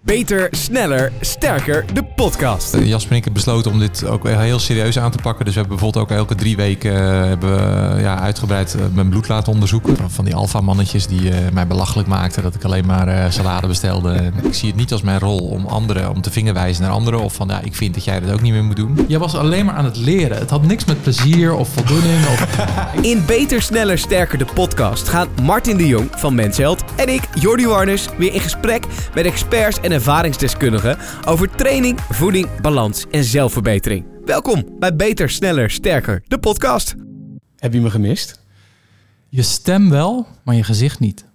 Beter, sneller, sterker, de podcast. Jasper en ik hebben besloten om dit ook heel serieus aan te pakken. Dus we hebben bijvoorbeeld ook elke 3 weken uitgebreid mijn bloed laten onderzoeken. Van die alfamannetjes die mij belachelijk maakten dat ik alleen maar salade bestelde. En ik zie het niet als mijn rol om te vingerwijzen naar anderen. Of van, ik vind dat jij dat ook niet meer moet doen. Jij was alleen maar aan het leren. Het had niks met plezier of voldoening. In Beter, sneller, sterker, de podcast gaan Martin de Jong van Mensheld en ik, Jordi Warners, weer in gesprek met experts en ervaringsdeskundigen over training, voeding, balans en zelfverbetering. Welkom bij Beter, sneller, sterker, de podcast. Heb je me gemist? Je stem wel, maar je gezicht niet.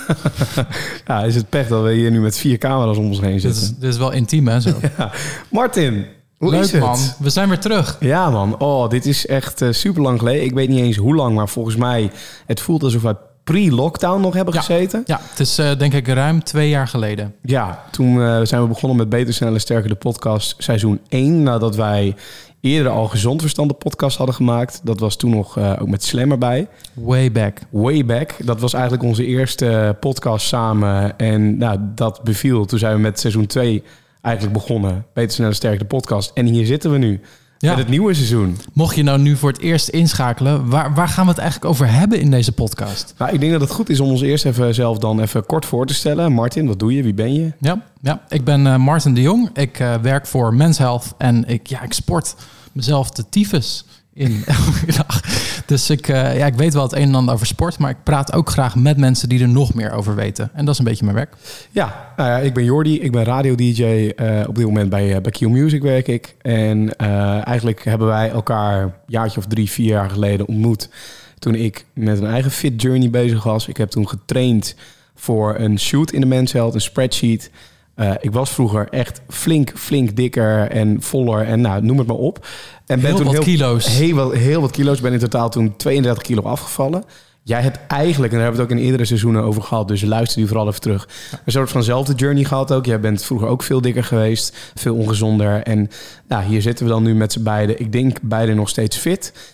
Ja, is het pech dat we hier nu met 4 camera's om ons heen zitten. Dit is wel intiem, hè? Zo. Ja. Martin, hoe leuk, is het? Man, we zijn weer terug. Ja, man. Oh, dit is echt super lang geleden. Ik weet niet eens hoe lang, maar volgens mij... Het voelt alsof wij pre-lockdown nog hebben gezeten. Ja, het is denk ik ruim 2 jaar geleden. Ja, toen zijn we begonnen met Beter, sneller, sterker, de podcast seizoen 1. Nadat wij eerder al Gezond Verstand de podcast hadden gemaakt. Dat was toen nog ook met Slam erbij. Way back. Dat was eigenlijk onze eerste podcast samen. En dat beviel. Toen zijn we met seizoen 2 eigenlijk begonnen. Beter, sneller, sterker, de podcast. En hier zitten we nu. Ja. Met het nieuwe seizoen. Mocht je nou nu voor het eerst inschakelen, waar gaan we het eigenlijk over hebben in deze podcast? Nou, ik denk dat het goed is om ons eerst even kort voor te stellen. Martin, wat doe je? Wie ben je? Ja, ik ben Martin de Jong. Ik werk voor Mensheld en ik sport mezelf de tyfus in elke dag. Dus ik weet wel het een en ander over sport, maar ik praat ook graag met mensen die er nog meer over weten. En dat is een beetje mijn werk. Ja, ik ben Jordi, ik ben radio-dj. Op dit moment bij Q Music werk ik. En eigenlijk hebben wij elkaar een jaartje of 3-4 jaar geleden ontmoet. Toen ik met een eigen fit journey bezig was. Ik heb toen getraind voor een shoot in de Mensheld, een spreadsheet. Ik was vroeger echt flink dikker en voller en noem het maar op. En ben toen heel wat kilo's. Ben in totaal toen 32 kilo afgevallen. Jij hebt eigenlijk, en daar hebben we het ook in eerdere seizoenen over gehad, dus luister die vooral even terug. Een soort vanzelfde journey gehad ook. Jij bent vroeger ook veel dikker geweest, veel ongezonder. En hier zitten we dan nu met z'n beiden. Ik denk beide nog steeds fit.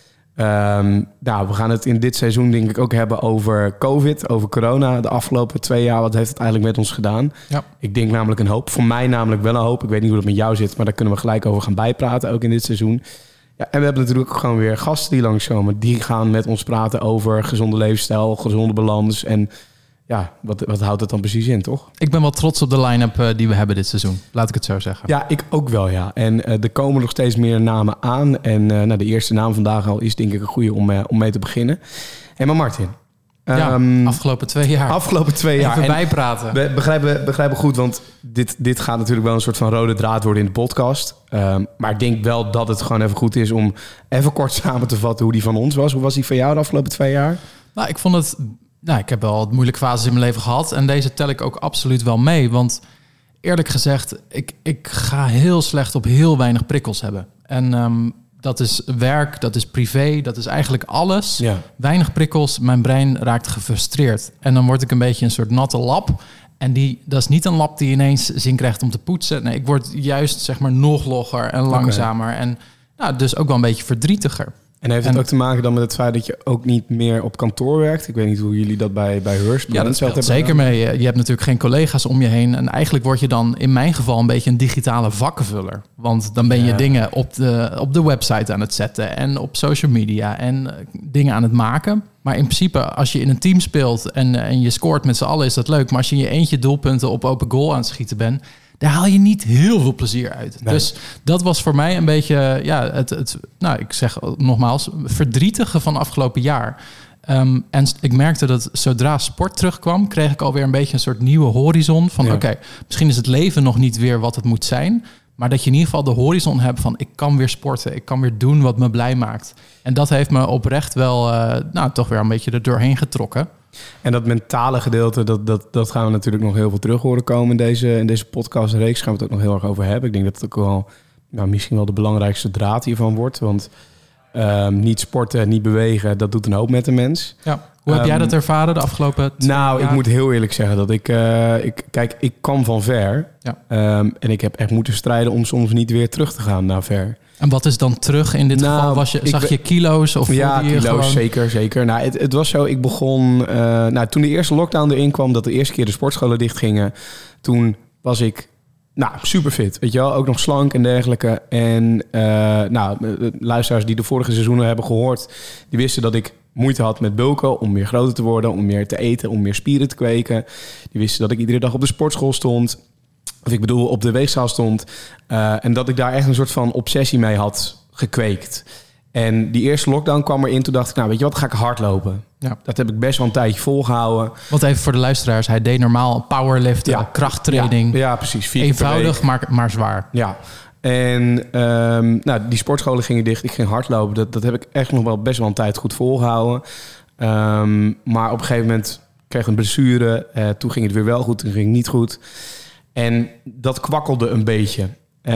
We gaan het in dit seizoen denk ik ook hebben over COVID, over corona. De afgelopen 2 jaar, wat heeft het eigenlijk met ons gedaan? Ja. Ik denk namelijk een hoop. Voor mij namelijk wel een hoop. Ik weet niet hoe dat met jou zit, maar daar kunnen we gelijk over gaan bijpraten, ook in dit seizoen. Ja, en we hebben natuurlijk ook gewoon weer gasten die langskomen. Die gaan met ons praten over gezonde levensstijl, gezonde balans. En wat houdt het dan precies in, toch? Ik ben wel trots op de line-up die we hebben dit seizoen. Laat ik het zo zeggen. Ja, ik ook wel, ja. En er komen nog steeds meer namen aan. En de eerste naam vandaag al is denk ik een goede om mee te beginnen. Maar Martin... afgelopen 2 jaar. Afgelopen 2 jaar. Even bijpraten. We begrijpen goed, want dit gaat natuurlijk wel een soort van rode draad worden in de podcast. Maar ik denk wel dat het gewoon even goed is om even kort samen te vatten hoe die van ons was. Hoe was die van jou de afgelopen 2 jaar? Nou, ik vond het... ik heb wel moeilijke fases in mijn leven gehad. En deze tel ik ook absoluut wel mee. Want eerlijk gezegd, ik ga heel slecht op heel weinig prikkels hebben. En dat is werk, dat is privé, dat is eigenlijk alles. Ja. Weinig prikkels, mijn brein raakt gefrustreerd. En dan word ik een beetje een soort natte lap. En dat is niet een lap die ineens zin krijgt om te poetsen. Nee, ik word juist nog logger en langzamer. Okay. En dus ook wel een beetje verdrietiger. En heeft het ook te maken dan met het feit dat je ook niet meer op kantoor werkt? Ik weet niet hoe jullie dat bij Hearst... Ja, dat speelt zeker mee. Je hebt natuurlijk geen collega's om je heen. En eigenlijk word je dan in mijn geval een beetje een digitale vakkenvuller. Want dan ben je dingen op de website aan het zetten en op social media en dingen aan het maken. Maar in principe, als je in een team speelt en je scoort met z'n allen, is dat leuk. Maar als je in je eentje doelpunten op open goal aan het schieten bent, daar haal je niet heel veel plezier uit. Nee. Dus dat was voor mij een beetje, ik zeg nogmaals, verdrietige van afgelopen jaar. En ik merkte dat zodra sport terugkwam, kreeg ik alweer een beetje een soort nieuwe horizon. Van oké, misschien is het leven nog niet weer wat het moet zijn. Maar dat je in ieder geval de horizon hebt van ik kan weer sporten. Ik kan weer doen wat me blij maakt. En dat heeft me oprecht wel toch weer een beetje er doorheen getrokken. En dat mentale gedeelte, dat gaan we natuurlijk nog heel veel terug horen komen in deze podcastreeks. Gaan we het ook nog heel erg over hebben. Ik denk dat het ook wel misschien wel de belangrijkste draad hiervan wordt. Want niet sporten, niet bewegen, dat doet een hoop met de mens. Ja. Hoe heb jij dat ervaren de afgelopen 2 jaar? Ik moet heel eerlijk zeggen dat ik kwam van ver. Ja. En ik heb echt moeten strijden om soms niet weer terug te gaan naar ver. En wat is dan terug in dit geval? Zag je kilo's? Of ja, kilo's, gewoon... zeker. Nou, het was zo, ik begon... toen de eerste lockdown erin kwam, dat de eerste keer de sportscholen dichtgingen, toen was ik super fit. Weet je wel, ook nog slank en dergelijke. En luisteraars die de vorige seizoenen hebben gehoord, die wisten dat ik moeite had met bulken, om meer groter te worden, om meer te eten, om meer spieren te kweken. Die wisten dat ik iedere dag op de sportschool stond. Of ik bedoel, op de weegschaal stond. En dat ik daar echt een soort van obsessie mee had gekweekt. En die eerste lockdown kwam erin. Toen dacht ik, weet je wat, ga ik hardlopen. Ja. Dat heb ik best wel een tijdje volgehouden. Want even voor de luisteraars, hij deed normaal powerliften, krachttraining. Ja, precies. 4 eenvoudig, maar zwaar. Ja. En die sportscholen gingen dicht. Ik ging hardlopen. Dat heb ik echt nog wel best wel een tijd goed volgehouden. Maar op een gegeven moment kreeg ik een blessure. Toen ging het weer wel goed, toen ging het niet goed. En dat kwakkelde een beetje.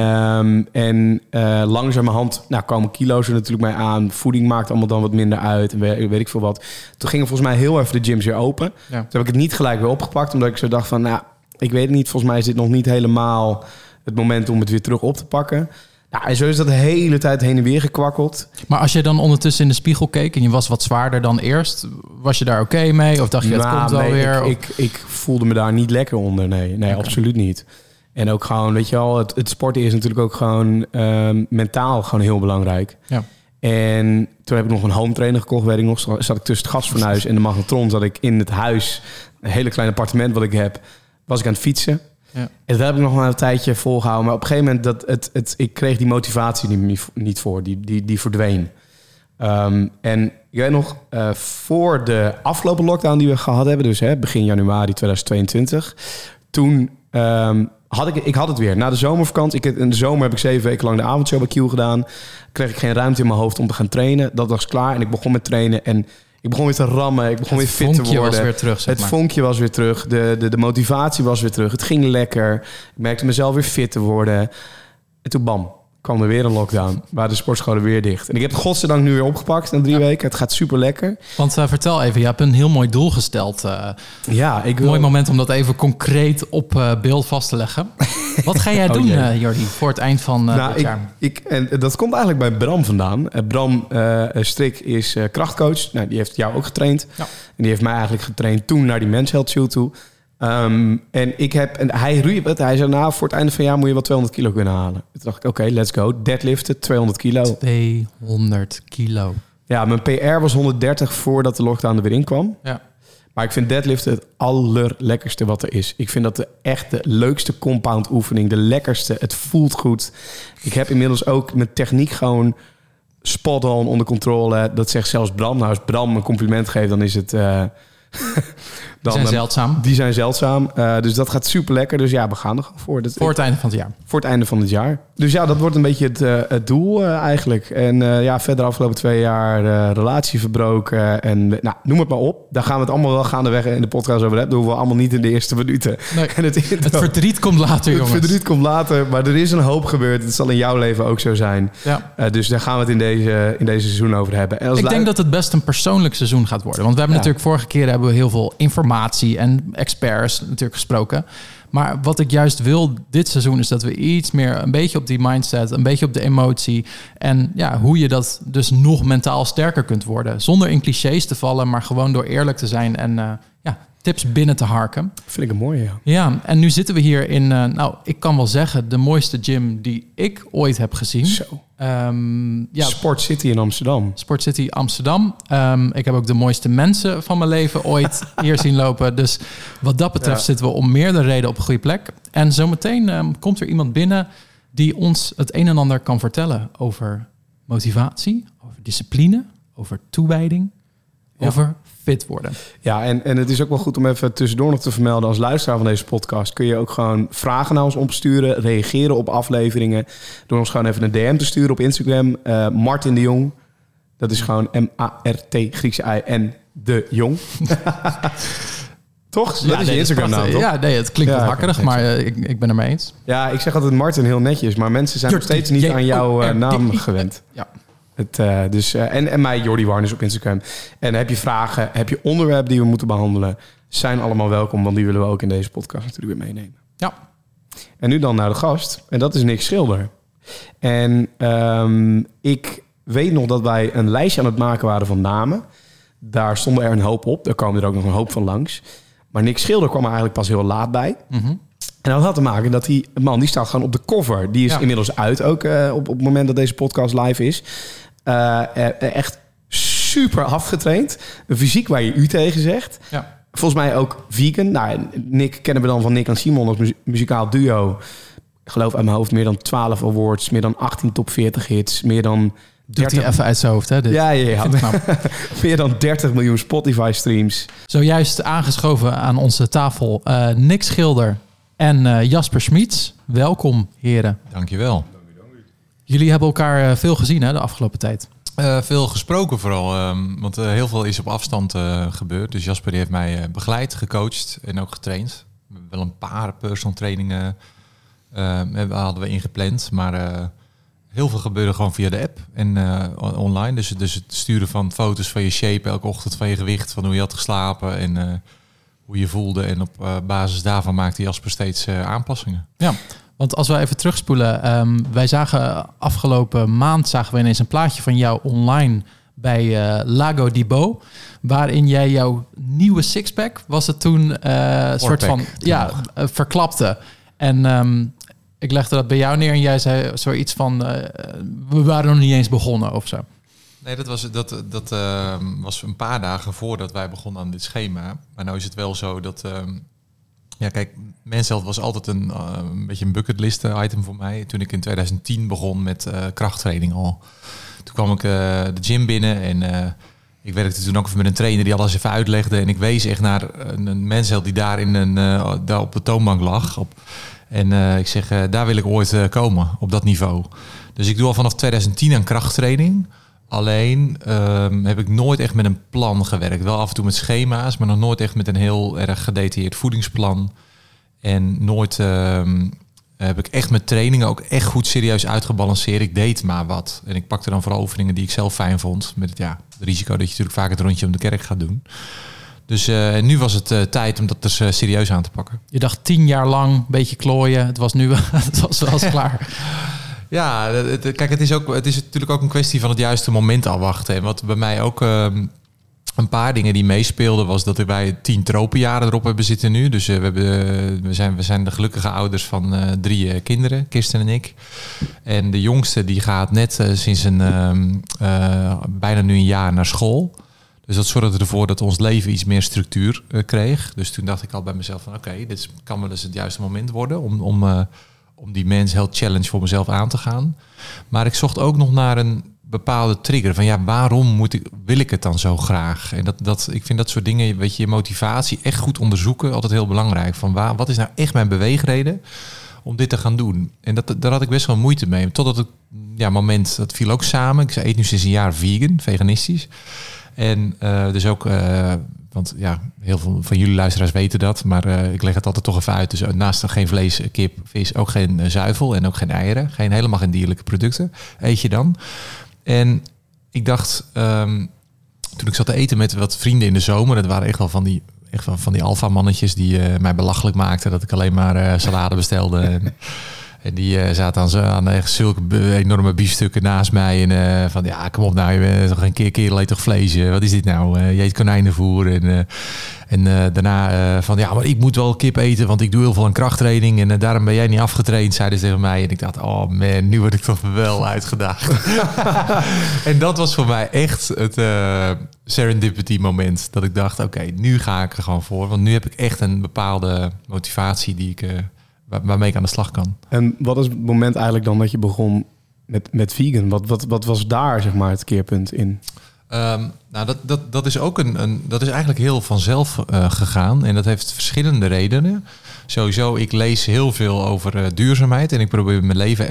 Langzamerhand komen kilo's er natuurlijk mee aan. Voeding maakt allemaal dan wat minder uit. En weet ik veel wat. Toen gingen volgens mij heel even de gyms weer open. Ja. Toen heb ik het niet gelijk weer opgepakt. Omdat ik zo dacht van, ik weet het niet. Volgens mij is dit nog niet helemaal het moment om het weer terug op te pakken. En zo is dat de hele tijd heen en weer gekwakkeld. Maar als je dan ondertussen in de spiegel keek en je was wat zwaarder dan eerst, was je daar oké mee? Of dacht je, het komt wel weer? Ik voelde me daar niet lekker onder. Nee, okay. Absoluut niet. En ook gewoon, weet je wel, het sporten is natuurlijk ook gewoon mentaal gewoon heel belangrijk. Ja. En toen heb ik nog een home trainer gekocht, weet ik nog. Zat ik tussen het gasfornuis en de magnetron. Zat ik in het huis, een hele klein appartement wat ik heb, was ik aan het fietsen. Ja. En dat heb ik nog maar een tijdje volgehouden. Maar op een gegeven moment, ik kreeg die motivatie niet voor. Die verdween. En ik weet nog, voor de afgelopen lockdown die we gehad hebben, dus begin januari 2022, toen had het weer. Na de zomervakantie, in de zomer heb ik 7 weken lang de avondshow bij Q gedaan. Kreeg ik geen ruimte in mijn hoofd om te gaan trainen. Dat was klaar en ik begon met trainen en ik begon weer te rammen. Ik begon weer fit te worden. Was weer terug, het vonkje was weer terug. De motivatie was weer terug. Het ging lekker. Ik merkte mezelf weer fit te worden. En toen bam, kwam er weer een lockdown. Waar de sportscholen weer dicht. En ik heb het godzijdank nu weer opgepakt na 3 weken. Het gaat super lekker. Want vertel even, je hebt een heel mooi doel gesteld. Mooi moment om dat even concreet op beeld vast te leggen. Wat ga jij doen, Jordi, voor het eind van dit jaar? En dat komt eigenlijk bij Bram vandaan. Bram Strik is krachtcoach. Nou, die heeft jou ook getraind. Ja. En die heeft mij eigenlijk getraind toen naar die Men's Health Show toe. En hij riep het. Hij zei, voor het einde van het jaar moet je wel 200 kilo kunnen halen. Toen dacht ik, oké, let's go. Deadliften, 200 kilo. 200 kilo. Ja, mijn PR was 130 voordat de lockdown er weer in kwam. Ja. Maar ik vind deadliften het allerlekkerste wat er is. Ik vind dat de leukste compound oefening. De lekkerste. Het voelt goed. Ik heb inmiddels ook mijn techniek gewoon spot on, onder controle. Dat zegt zelfs Bram. Nou, als Bram een compliment geeft, dan is het... Die zijn zeldzaam. Die zijn zeldzaam. Dus dat gaat super lekker. Dus ja, we gaan er gewoon voor. Voor het einde van het jaar. Voor het einde van het jaar. Dus ja, dat wordt een beetje het doel eigenlijk. En verder afgelopen 2 jaar relatie verbroken. En noem het maar op. Daar gaan we het allemaal wel gaandeweg in de podcast over hebben. Dat hoeven we allemaal niet in de eerste minuten. Nee, en het verdriet komt later, jongens. Het verdriet komt later. Maar er is een hoop gebeurd. Het zal in jouw leven ook zo zijn. Ja. Dus daar gaan we het in deze seizoen over hebben. En ik denk dat het best een persoonlijk seizoen gaat worden. Want we hebben natuurlijk vorige keer hebben we heel veel informatie en experts natuurlijk gesproken. Maar wat ik juist wil dit seizoen is dat we iets meer een beetje op die mindset, een beetje op de emotie en hoe je dat dus nog mentaal sterker kunt worden. Zonder in clichés te vallen, maar gewoon door eerlijk te zijn en tips binnen te harken. Vind ik een mooie, ja. Ja, en nu zitten we hier in, ik kan wel zeggen, de mooiste gym die ik ooit heb gezien. Zo. Sport City in Amsterdam. Sport City Amsterdam. Ik heb ook de mooiste mensen van mijn leven ooit hier zien lopen. Dus wat dat betreft zitten we om meerdere redenen op een goede plek. En zometeen komt er iemand binnen die ons het een en ander kan vertellen over motivatie, over discipline, over toewijding, over fit worden. Ja, en het is ook wel goed om even tussendoor nog te vermelden. Als luisteraar van deze podcast kun je ook gewoon vragen naar ons opsturen, reageren op afleveringen, door ons gewoon even een DM te sturen op Instagram. Martin de Jong. Dat is gewoon M-A-R-T, Griekse I en de Jong. Toch? Dat is je Instagram-naam, toch? Ja, het klinkt wat hakkerig, maar ik ben er mee eens. Ja, ik zeg altijd Martin heel netjes, maar mensen zijn nog steeds niet aan jouw naam gewend. Ja. En mij, Jordi Warners op Instagram. En heb je vragen, heb je onderwerpen die we moeten behandelen, zijn allemaal welkom, want die willen we ook in deze podcast natuurlijk weer meenemen. Ja. En nu dan naar de gast. En dat is Nick Schilder. En ik weet nog dat wij een lijstje aan het maken waren van namen. Daar stonden er een hoop op. Daar komen er ook nog een hoop van langs. Maar Nick Schilder kwam er eigenlijk pas heel laat bij. Mm-hmm. En dat had te maken dat die man, die staat gewoon op de cover. Die is inmiddels uit ook op het moment dat deze podcast live is. Echt super afgetraind. Een fysiek waar je u tegen zegt. Ja. Volgens mij ook vegan. Nou, Nick kennen we dan van Nick en Simon als muzikaal duo. Ik geloof uit mijn hoofd meer dan 12 awards, meer dan 18 top 40 hits, meer dan... Doet hij even uit zijn hoofd, hè? Dit. Ja. Knap. Meer dan 30 miljoen Spotify-streams. Zojuist aangeschoven aan onze tafel Nick Schilder en Jasper Schmieds. Welkom, heren. Dankjewel. Jullie hebben elkaar veel gezien, hè, de afgelopen tijd. Veel gesproken vooral, want heel veel is op afstand gebeurd. Dus Jasper die heeft mij begeleid, gecoacht en ook getraind. We hebben wel een paar personal trainingen hadden we ingepland, maar heel veel gebeurde gewoon via de app en online. Dus het sturen van foto's van je shape elke ochtend, van je gewicht, van hoe je had geslapen en hoe je voelde. En op basis daarvan maakte Jasper steeds aanpassingen. Ja. Want als we even terugspoelen, wij zagen afgelopen maand ineens een plaatje van jou online bij Lago di Bo, waarin jij jouw nieuwe sixpack, was het toen, soort van verklapte. En ik legde dat bij jou neer en jij zei zoiets van, we waren nog niet eens begonnen of zo. Nee, dat was een paar dagen voordat wij begonnen aan dit schema. Maar nou is het wel zo dat... Ja, kijk, Men's Health was altijd een beetje een bucketlist item voor mij. Toen ik in 2010 begon met krachttraining al. Toen kwam ik de gym binnen en ik werkte toen ook even met een trainer die alles even uitlegde. En ik wees echt naar een Men's Health die daar, daar op de toonbank lag. En ik zeg, daar wil ik ooit komen, op dat niveau. Dus ik doe al vanaf 2010 aan krachttraining. Alleen heb ik nooit echt met een plan gewerkt. Wel af en toe met schema's, maar nog nooit echt met een heel erg gedetailleerd voedingsplan. En nooit heb ik echt met trainingen ook echt goed serieus uitgebalanceerd. Ik deed maar wat. En ik pakte dan vooral oefeningen die ik zelf fijn vond. Met het risico dat je natuurlijk vaak het rondje om de kerk gaat doen. Dus nu was het tijd om dat dus serieus aan te pakken. Je dacht 10 jaar lang, een beetje klooien. Het was nu het was klaar. Ja, kijk, het is natuurlijk ook een kwestie van het juiste moment afwachten. En wat bij mij ook een paar dingen die meespeelden, was dat wij 10 tropenjaren erop hebben zitten nu. Dus we zijn de gelukkige ouders van 3 kinderen, Kirsten en ik. En de jongste die gaat net sinds bijna nu een jaar naar school. Dus dat zorgde ervoor dat ons leven iets meer structuur kreeg. Dus toen dacht ik al bij mezelf van oké, dit kan wel eens het juiste moment worden om die Men's Health Challenge voor mezelf aan te gaan. Maar ik zocht ook nog naar een bepaalde trigger. Van waarom wil ik het dan zo graag? En ik vind dat soort dingen, weet je, je motivatie echt goed onderzoeken, altijd heel belangrijk. Van wat is nou echt mijn beweegreden om dit te gaan doen? En daar had ik best wel moeite mee. Totdat het moment, dat viel ook samen. Ik eet nu sinds een jaar veganistisch. En dus ook... want heel veel van jullie luisteraars weten dat. Maar ik leg het altijd toch even uit. Dus naast geen vlees, kip, vis, ook geen zuivel en ook geen eieren. Helemaal geen dierlijke producten eet je dan. En ik dacht, toen ik zat te eten met wat vrienden in de zomer... dat waren echt wel van die alfa-mannetjes die mij belachelijk maakten... dat ik alleen maar salade bestelde... En die zaten aan echt zulke enorme biefstukken naast mij. En van, kom op nou, je bent toch een kerel eet toch vlees? Wat is dit nou? Je eet konijnenvoer. En daarna van, maar ik moet wel kip eten, want ik doe heel veel aan krachttraining. En daarom ben jij niet afgetraind, zeiden ze tegen mij. En ik dacht, oh man, nu word ik toch wel uitgedaagd. En dat was voor mij echt het serendipity moment. Dat ik dacht, oké, nu ga ik er gewoon voor. Want nu heb ik echt een bepaalde motivatie die ik... waarmee ik aan de slag kan. En wat is het moment eigenlijk dan dat je begon met vegan? Wat was daar zeg maar het keerpunt in? Dat is ook dat is eigenlijk heel vanzelf gegaan. En dat heeft verschillende redenen. Sowieso, ik lees heel veel over duurzaamheid. En ik probeer mijn leven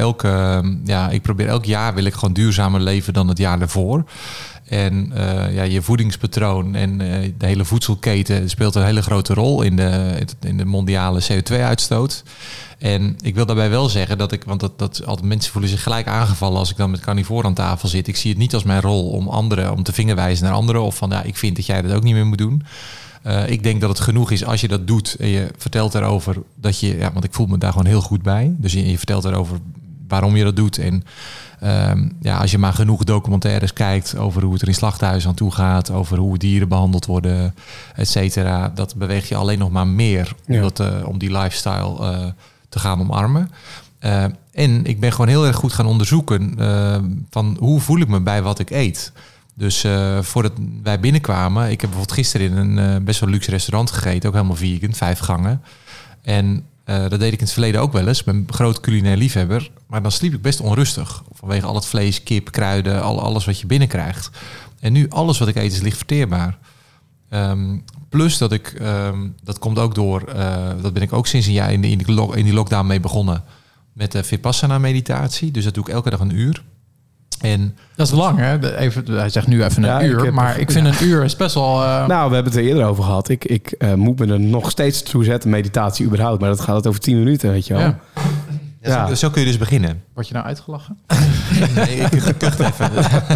elk jaar wil ik gewoon duurzamer leven dan het jaar ervoor. En je voedingspatroon en de hele voedselketen speelt een hele grote rol in de mondiale CO2-uitstoot. En ik wil daarbij wel zeggen dat want altijd mensen voelen zich gelijk aangevallen als ik dan met carnivore aan tafel zit. Ik zie het niet als mijn rol om te vingerwijzen naar anderen of van ik vind dat jij dat ook niet meer moet doen. Ik denk dat het genoeg is als je dat doet en je vertelt daarover dat je, want ik voel me daar gewoon heel goed bij. Dus je vertelt daarover waarom je dat doet. En als je maar genoeg documentaires kijkt over hoe het er in slachthuizen aan toe gaat, over hoe dieren behandeld worden, et cetera, dat beweegt je alleen nog maar meer om die lifestyle te gaan omarmen. En ik ben gewoon heel erg goed gaan onderzoeken van hoe voel ik me bij wat ik eet. Dus voordat wij binnenkwamen, ik heb bijvoorbeeld gisteren in een best wel luxe restaurant gegeten, ook helemaal vegan, 5 gangen. En dat deed ik in het verleden ook wel eens. Ik ben een groot culinair liefhebber. Maar dan sliep ik best onrustig. Vanwege al het vlees, kip, kruiden, alles wat je binnenkrijgt. En nu alles wat ik eet is licht verteerbaar. Plus dat ik, dat komt ook door, dat ben ik ook sinds een jaar in die lockdown mee begonnen. Met de Vipassana meditatie. Dus dat doe ik elke dag 1 uur. En dat is lang, hè? Hij zegt nu even een uur, maar ik vind 1 uur is best wel... Nou, we hebben het er eerder over gehad. Ik moet me er nog steeds toe zetten, meditatie überhaupt. Maar dat gaat over 10 minuten, weet je wel. Ja. Zo kun je dus beginnen. Word je nou uitgelachen? Nee, ik kucht even.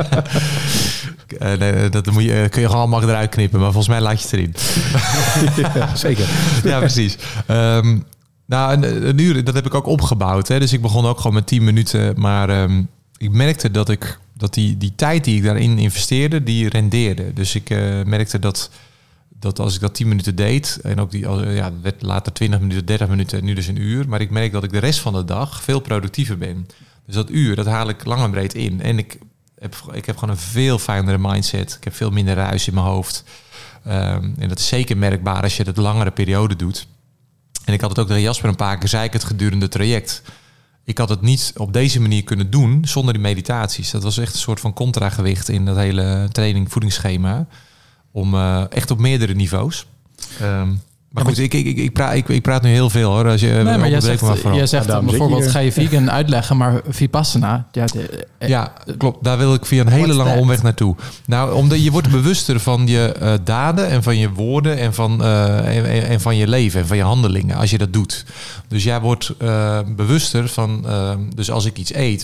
Dat kun je gewoon allemaal eruit knippen, maar volgens mij laat je het erin. Ja, zeker. Ja, precies. Nou, 1 uur, dat heb ik ook opgebouwd. Hè. Dus ik begon ook gewoon met 10 minuten, maar... ik merkte dat die tijd die ik daarin investeerde, die rendeerde. Dus ik merkte dat als ik dat 10 minuten deed, en ook het werd later 20 minuten, 30 minuten en nu dus 1 uur. Maar ik merk dat ik de rest van de dag veel productiever ben. Dus dat uur, dat haal ik lang en breed in. En ik heb gewoon een veel fijnere mindset. Ik heb veel minder ruis in mijn hoofd. En dat is zeker merkbaar als je dat langere periode doet. En ik had het ook tegen Jasper een paar keer, zei ik het gedurende het traject. Ik had het niet op deze manier kunnen doen zonder die meditaties. Dat was echt een soort van contragewicht in dat hele training-voedingsschema. Om echt op meerdere niveaus. Maar goed, ik praat nu heel veel hoor. Als je, maar jij zegt bijvoorbeeld, ga je vegan uitleggen, maar Vipassana... Ja, klopt. Daar wil ik via een hele lange omweg naartoe. Nou, omdat je wordt bewuster van je daden en van je woorden en van je leven en van je handelingen als je dat doet. Dus jij wordt bewuster van, dus als ik iets eet,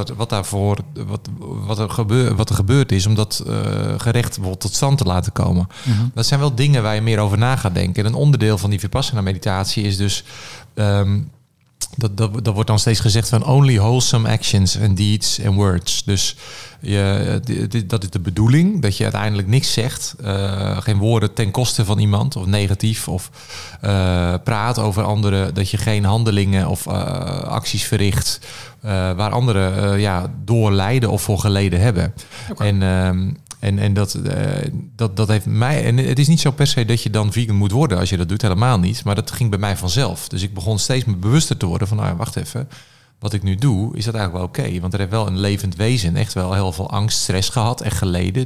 wat er gebeurd is om dat gerecht bijvoorbeeld tot stand te laten komen. Mm-hmm. Dat zijn wel dingen waar je meer over na gaat denken. En een onderdeel van die Vipassana-meditatie is dus... Dat wordt dan steeds gezegd van only wholesome actions and deeds and words. Dus dat is de bedoeling, dat je uiteindelijk niks zegt. Geen woorden ten koste van iemand of negatief. Of praat over anderen. Dat je geen handelingen of acties verricht waar anderen door lijden of voor geleden hebben. Okay. En dat heeft mij... En het is niet zo per se dat je dan vegan moet worden als je dat doet. Helemaal niet. Maar dat ging bij mij vanzelf. Dus ik begon steeds meer bewuster te worden van... Nou ja, wacht even. Wat ik nu doe, is dat eigenlijk wel oké. Want er heeft wel een levend wezen echt wel heel veel angst, stress gehad en geleden.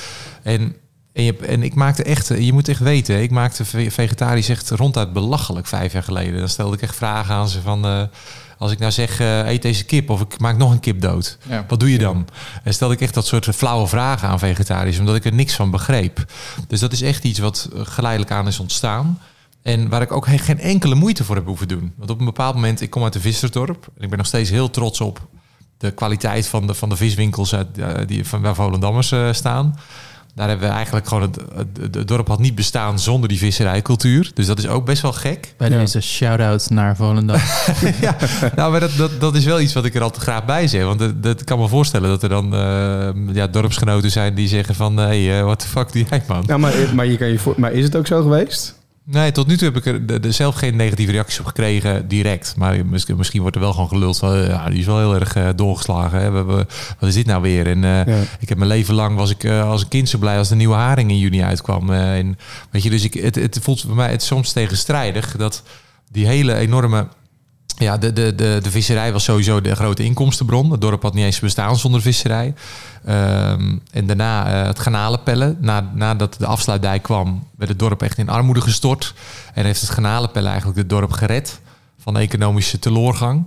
En ik maakte echt... Je moet echt weten, ik maakte vegetarisch echt ronduit belachelijk 5 jaar geleden. Dan stelde ik echt vragen aan ze van... Als ik nou zeg, eet deze kip of ik maak nog een kip dood. Ja. Wat doe je dan? En stelde ik echt dat soort flauwe vragen aan vegetariërs, omdat ik er niks van begreep. Dus dat is echt iets wat geleidelijk aan is ontstaan. En waar ik ook geen enkele moeite voor heb hoeven doen. Want op een bepaald moment, ik kom uit de vissersdorp. En ik ben nog steeds heel trots op de kwaliteit van de viswinkels waar Volendammers staan. Daar hebben we eigenlijk gewoon... Het dorp had niet bestaan zonder die visserijcultuur. Dus dat is ook best wel gek. Bij deze shout-out naar Volendam. Ja, nou, maar dat is wel iets wat ik er altijd graag bij zeg. Want dat kan me voorstellen dat er dan dorpsgenoten zijn die zeggen van... Hey, what the fuck doe jij, man? Ja, maar is het ook zo geweest? Nee, tot nu toe heb ik er zelf geen negatieve reacties op gekregen direct. Maar misschien wordt er wel gewoon geluld van... die is wel heel erg doorgeslagen. Hè? Wat is dit nou weer? En ik heb mijn leven lang was ik als een kind zo blij als de nieuwe haring in juni uitkwam. En weet je, dus het voelt bij mij het soms tegenstrijdig dat die hele enorme... Ja, de visserij was sowieso de grote inkomstenbron. Het dorp had niet eens bestaan zonder visserij. En daarna het garnalenpellen. Nadat de afsluitdijk kwam, werd het dorp echt in armoede gestort. En heeft het garnalenpellen eigenlijk het dorp gered van economische teloorgang.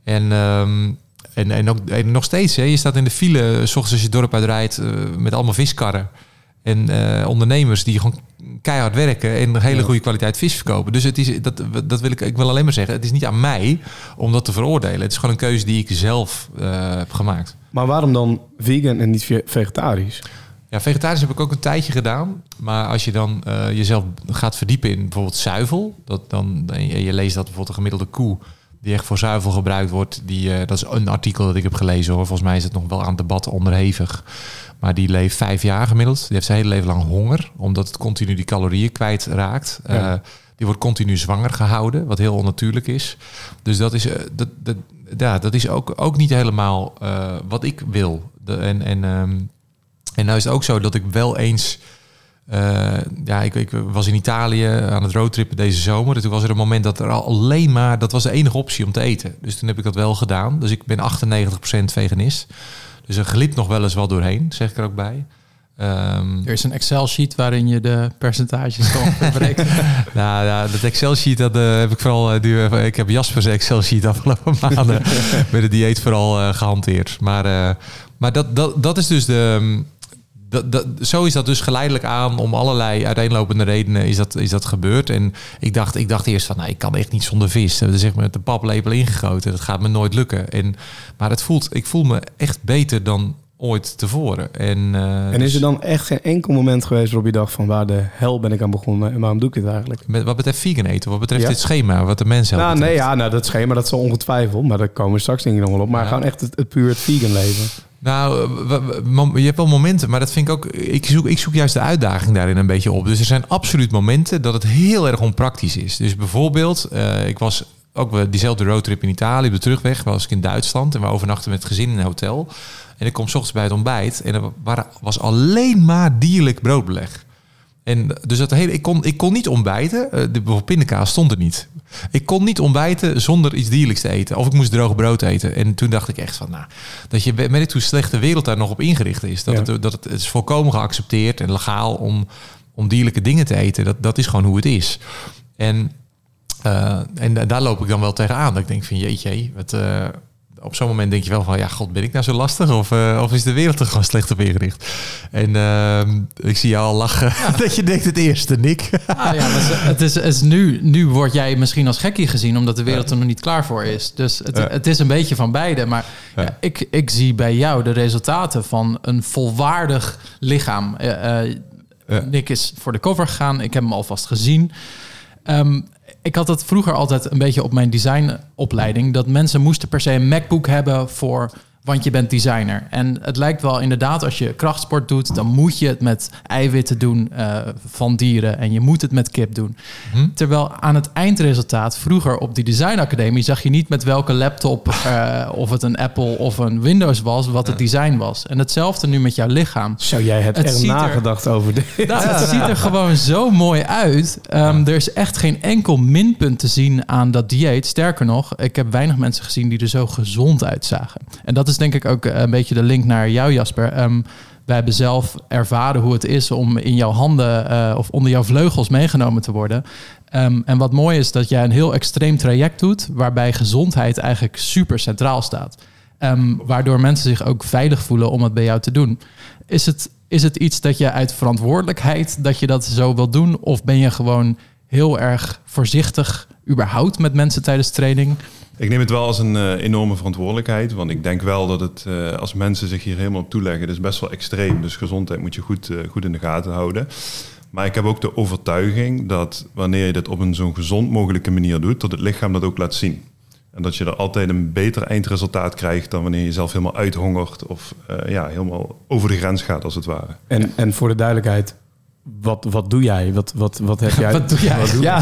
En nog steeds, hè, je staat in de file, 's ochtends als je het dorp uitrijdt met allemaal viskarren. En ondernemers die gewoon keihard werken en hele goede kwaliteit vis verkopen. Dus het is, dat wil ik wil alleen maar zeggen. Het is niet aan mij om dat te veroordelen. Het is gewoon een keuze die ik zelf heb gemaakt. Maar waarom dan vegan en niet vegetarisch? Ja, vegetarisch heb ik ook een tijdje gedaan. Maar als je dan jezelf gaat verdiepen in bijvoorbeeld zuivel. En je leest dat bijvoorbeeld een gemiddelde koe die echt voor zuivel gebruikt wordt. Dat is een artikel dat ik heb gelezen hoor. Volgens mij is het nog wel aan debat onderhevig. Maar die leeft 5 jaar gemiddeld. Die heeft zijn hele leven lang honger, omdat het continu die calorieën kwijtraakt. Ja. Die wordt continu zwanger gehouden, wat heel onnatuurlijk is. Dus dat is ook niet helemaal wat ik wil. En nou is het ook zo dat ik wel eens... ik was in Italië aan het roadtrippen deze zomer. En toen was er een moment dat er alleen maar... Dat was de enige optie om te eten. Dus toen heb ik dat wel gedaan. Dus ik ben 98% veganist. Dus er glipt nog wel eens wel doorheen, zeg ik er ook bij. Er is een Excel-sheet waarin je de percentages gewoon verbreekt. Nou, dat Excel-sheet, dat heb ik vooral... ik heb Jasper's Excel-sheet afgelopen maanden met het dieet vooral gehanteerd. Maar dat is dus de... Zo is dat dus geleidelijk aan, om allerlei uiteenlopende redenen is dat gebeurd. En ik dacht eerst van, ik kan echt niet zonder vis. Dat is echt met de paplepel ingegoten. Dat gaat me nooit lukken. Maar ik voel me echt beter dan ooit tevoren. En is er dan echt geen enkel moment geweest waarop je dacht van, waar de hel ben ik aan begonnen en waarom doe ik dit eigenlijk? Wat betreft vegan eten, wat betreft dit schema, wat de mensen dat schema, dat is ongetwijfeld, maar daar komen we straks denk ik nog wel op. Maar gewoon echt het puur het vegan leven. Nou, je hebt wel momenten, maar dat vind ik ook... Ik zoek juist de uitdaging daarin een beetje op. Dus er zijn absoluut momenten dat het heel erg onpraktisch is. Dus bijvoorbeeld, ik was ook diezelfde roadtrip in Italië, op de terugweg was ik in Duitsland en we overnachten met het gezin in een hotel. En ik kom 's ochtends bij het ontbijt en er was alleen maar dierlijk broodbeleg. En dus ik kon niet ontbijten. Bijvoorbeeld pindakaas stond er niet. Ik kon niet ontbijten zonder iets dierlijks te eten. Of ik moest droog brood eten. En toen dacht ik echt van, dat je met hoe slecht de wereld daar nog op ingericht is. Dat het is volkomen geaccepteerd en legaal om dierlijke dingen te eten. Dat is gewoon hoe het is. En daar loop ik dan wel tegenaan. Dat ik denk van, jeetje, op zo'n moment denk je wel van, ja, god, ben ik nou zo lastig? Of is de wereld er gewoon slecht op ingericht? En ik zie jou al lachen dat je denkt het eerste, Nick. Het is nu word jij misschien als gekkie gezien, omdat de wereld er nog niet klaar voor is. Dus het is een beetje van beide. Maar ik zie bij jou de resultaten van een volwaardig lichaam. Nick is voor de cover gegaan. Ik heb hem alvast gezien. Ik had het vroeger altijd een beetje op mijn designopleiding, dat mensen moesten per se een MacBook hebben want je bent designer. En het lijkt wel inderdaad, als je krachtsport doet, dan moet je het met eiwitten doen van dieren en je moet het met kip doen. Terwijl aan het eindresultaat, vroeger op die designacademie, zag je niet met welke laptop, of het een Apple of een Windows was, wat het design was. En hetzelfde nu met jouw lichaam. Zo, jij hebt er nagedacht over dit. Het ziet er gewoon zo mooi uit. Er is echt geen enkel minpunt te zien aan dat dieet. Sterker nog, ik heb weinig mensen gezien die er zo gezond uitzagen. En dat is denk ik ook een beetje de link naar jou, Jasper. Wij hebben zelf ervaren hoe het is om in jouw handen of onder jouw vleugels meegenomen te worden. En wat mooi is dat jij een heel extreem traject doet, waarbij gezondheid eigenlijk super centraal staat. Waardoor mensen zich ook veilig voelen om het bij jou te doen. Is het iets dat je uit verantwoordelijkheid dat je dat zo wil doen? Of ben je gewoon heel erg voorzichtig überhaupt met mensen tijdens training? Ik neem het wel als een enorme verantwoordelijkheid. Want ik denk wel dat het, als mensen zich hier helemaal op toeleggen, dat is best wel extreem. Dus gezondheid moet je goed in de gaten houden. Maar ik heb ook de overtuiging dat wanneer je dit op een zo gezond mogelijke manier doet, dat het lichaam dat ook laat zien. En dat je er altijd een beter eindresultaat krijgt dan wanneer je jezelf helemaal uithongert of helemaal over de grens gaat, als het ware. En voor de duidelijkheid, wat doe jij? Wat heb jij? Wat doe jij? Wat doe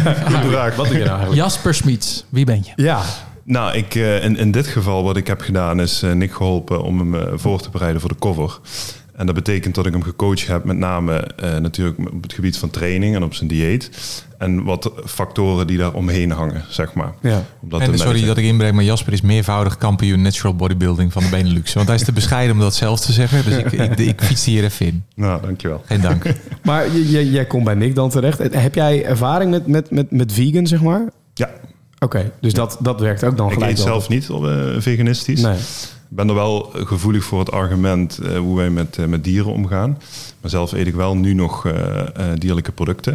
je nou eigenlijk? Jasper Smits, wie ben je? Ja. Nou, in dit geval wat ik heb gedaan is Nick geholpen om hem voor te bereiden voor de cover. En dat betekent dat ik hem gecoacht heb, met name natuurlijk op het gebied van training en op zijn dieet. En wat factoren die daar omheen hangen, zeg maar. Ja. Sorry dat ik inbreng, maar Jasper is meervoudig kampioen natural bodybuilding van de Benelux. Want hij is te bescheiden om dat zelf te zeggen. Dus ik fiets hier even in. Nou, dankjewel. Geen dank. Maar jij komt bij Nick dan terecht. Heb jij ervaring met vegan, zeg maar? Ja. Oké, dus dat werkt ook dan gelijk. Ik eet zelf niet veganistisch. Nee. Ik ben er wel gevoelig voor het argument hoe wij met dieren omgaan. Maar zelf eet ik wel nu nog dierlijke producten.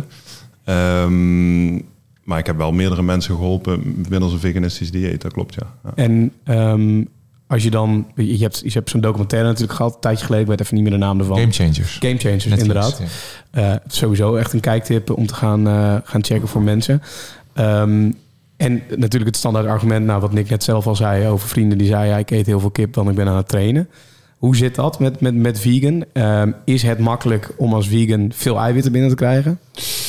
Maar ik heb wel meerdere mensen geholpen middels een veganistisch dieet, dat klopt, ja. En als je dan... Je hebt zo'n documentaire natuurlijk gehad, een tijdje geleden, ik weet even niet meer de naam ervan. Game Changers, Netflix, inderdaad. Ja. Sowieso echt een kijktip om te gaan checken voor mensen. En natuurlijk het standaard argument, nou, wat Nick net zelf al zei over vrienden die zeiden, ja, ik eet heel veel kip, want ik ben aan het trainen. Hoe zit dat met vegan? Is het makkelijk om als vegan veel eiwitten binnen te krijgen?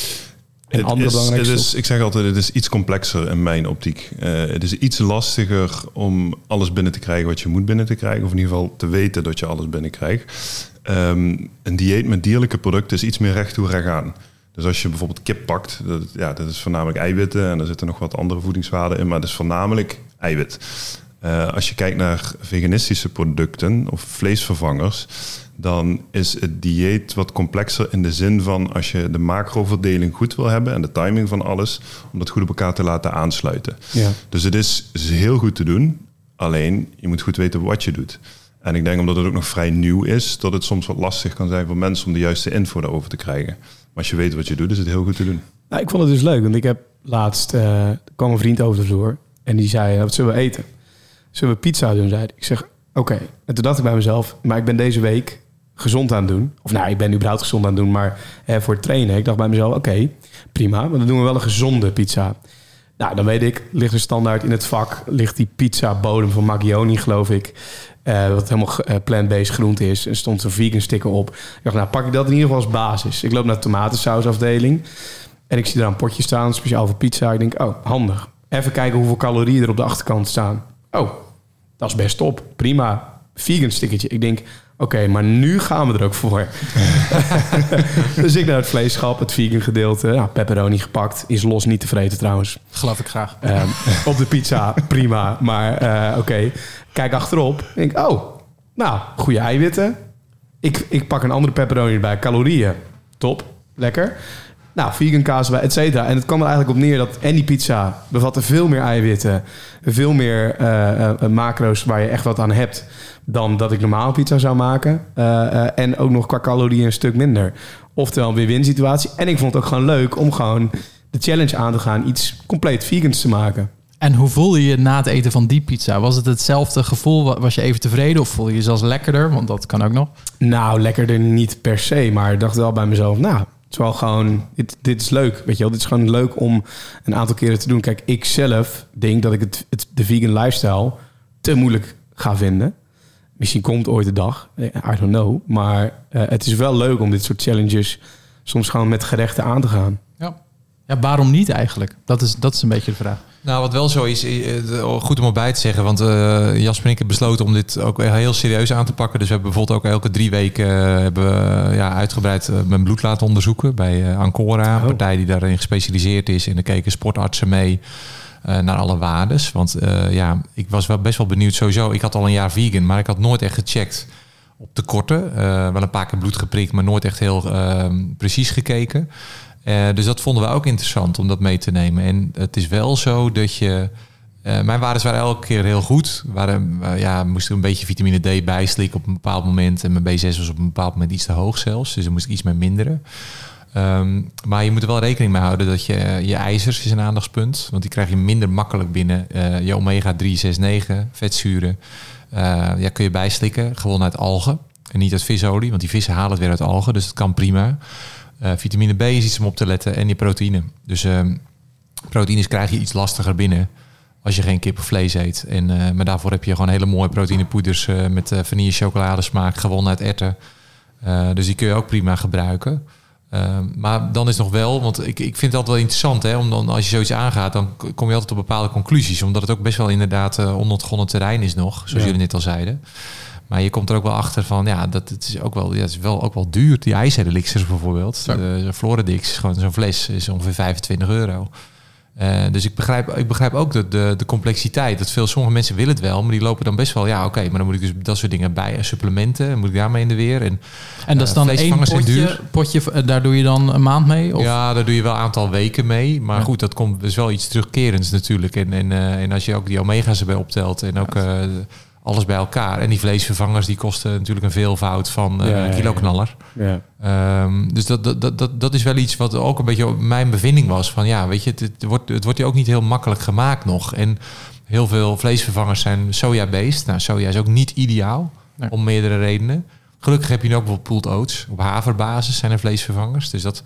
Ik zeg altijd, het is iets complexer in mijn optiek. Het is iets lastiger om alles binnen te krijgen wat je moet binnen te krijgen. Of in ieder geval te weten dat je alles binnenkrijgt. Een dieet met dierlijke producten is iets meer recht toe recht aan. Dus als je bijvoorbeeld kip pakt, dat is voornamelijk eiwitten. En er zitten nog wat andere voedingswaarden in, maar het is voornamelijk eiwit. Als je kijkt naar veganistische producten of vleesvervangers, dan is het dieet wat complexer in de zin van als je de macroverdeling goed wil hebben en de timing van alles, om dat goed op elkaar te laten aansluiten. Ja. Dus het is heel goed te doen, alleen je moet goed weten wat je doet. En ik denk omdat het ook nog vrij nieuw is, dat het soms wat lastig kan zijn voor mensen om de juiste info daarover te krijgen. Maar als je weet wat je doet, is het heel goed te doen. Nou, ik vond het dus leuk, want ik heb laatst, kwam een vriend over de vloer en die zei, wat zullen we eten? Zullen we pizza doen, zei hij. Ik zeg, oké. En toen dacht ik bij mezelf, maar ik ben deze week gezond aan het doen. Of nou, ik ben überhaupt gezond aan het doen, maar voor het trainen. Ik dacht bij mezelf, oké, prima. Maar dan doen we wel een gezonde pizza. Nou, dan weet ik, ligt er standaard in het vak, ligt die pizza bodem van Maggioni, geloof ik. Wat helemaal plant-based groente is. En stond een vegan sticker op. Ik dacht, nou, pak ik dat in ieder geval als basis. Ik loop naar de tomatensausafdeling. En ik zie daar een potje staan, speciaal voor pizza. Ik denk, oh, handig. Even kijken hoeveel calorieën er op de achterkant staan. Oh, dat is best top. Prima. Vegan stickertje. Ik denk, oké, maar nu gaan we er ook voor. Dus ik naar het vleesschap, het vegan gedeelte. Nou, pepperoni gepakt. Is los niet te vreten trouwens. Geloof ik graag. Op de pizza, prima. Maar oké. Kijk achterop. Denk, oh, nou, goede eiwitten. Ik pak een andere pepperoni erbij. Calorieën. Top. Lekker. Nou, vegan kaas bij, et cetera. En het kwam er eigenlijk op neer dat en die pizza bevatte veel meer eiwitten, veel meer macro's waar je echt wat aan hebt dan dat ik normaal pizza zou maken. En ook nog qua calorieën een stuk minder. Oftewel een win-win situatie. En ik vond het ook gewoon leuk om gewoon de challenge aan te gaan iets compleet vegans te maken. En hoe voelde je na het eten van die pizza? Was het hetzelfde gevoel? Was je even tevreden of voelde je zelfs lekkerder? Want dat kan ook nog. Nou, lekkerder niet per se. Maar ik dacht wel bij mezelf, nou, het is wel gewoon, dit is leuk, weet je wel. Dit is gewoon leuk om een aantal keren te doen. Kijk, ik zelf denk dat ik de vegan lifestyle te moeilijk ga vinden. Misschien komt ooit de dag, I don't know. Maar het is wel leuk om dit soort challenges soms gewoon met gerechten aan te gaan. Ja, waarom niet eigenlijk? Dat is een beetje de vraag. Nou, wat wel zo is, goed om erbij te zeggen, want Jasper en ik hebben besloten om dit ook heel serieus aan te pakken. Dus we hebben bijvoorbeeld ook elke 3 weken uitgebreid mijn bloed laten onderzoeken bij Ancora, een partij die daarin gespecialiseerd is. En daar keken sportartsen mee naar alle waardes. Want ik was wel best wel benieuwd sowieso. Ik had al een jaar vegan, maar ik had nooit echt gecheckt op tekorten. Wel een paar keer bloed geprikt, maar nooit echt heel precies gekeken. Dus dat vonden we ook interessant om dat mee te nemen. En het is wel zo dat je... mijn waarden waren elke keer heel goed. Moest er een beetje vitamine D bijslikken op een bepaald moment. En mijn B6 was op een bepaald moment iets te hoog zelfs. Dus dan moest ik iets mee minderen. Maar je moet er wel rekening mee houden dat je ijzers is een aandachtspunt. Want die krijg je minder makkelijk binnen. Je omega 3, 6, 9 vetzuren kun je bijslikken. Gewoon uit algen en niet uit visolie. Want die vissen halen het weer uit algen. Dus dat kan prima. Vitamine B is iets om op te letten en je proteïne. Dus proteïnes krijg je iets lastiger binnen als je geen kip of vlees eet. Maar daarvoor heb je gewoon hele mooie proteïnepoeders met vanille chocoladesmaak, gewonnen uit erwten. Dus die kun je ook prima gebruiken. Maar dan is nog wel, want ik vind het altijd wel interessant, hè, om dan als je zoiets aangaat, dan kom je altijd op bepaalde conclusies. Omdat het ook best wel inderdaad onontgonnen terrein is nog, zoals jullie net al zeiden. Maar je komt er ook wel achter van, dat het is ook wel, het is wel ook wel duur. Die ijzerelixirs bijvoorbeeld. De Floradix, gewoon zo'n fles, is ongeveer €25. Dus ik begrijp ook de complexiteit. Dat sommige mensen willen het wel, maar die lopen dan best wel, maar dan moet ik dus dat soort dingen bij. En supplementen, moet ik daarmee in de weer. En dat is dan één potje, daar doe je dan een maand mee? Of? Ja, daar doe je wel een aantal weken mee. Maar goed, dat komt dus wel iets terugkerends natuurlijk. En als je ook die omega's erbij optelt en ook... alles bij elkaar. En die vleesvervangers die kosten natuurlijk een veelvoud van een kiloknaller. Ja. Dus dat is wel iets wat ook een beetje mijn bevinding was. Van weet je, het wordt hier ook niet heel makkelijk gemaakt nog. En heel veel vleesvervangers zijn soja-based. Nou, soja is ook niet ideaal om meerdere redenen. Gelukkig heb je nu ook bijvoorbeeld pulled oats. Op haverbasis zijn er vleesvervangers. Dus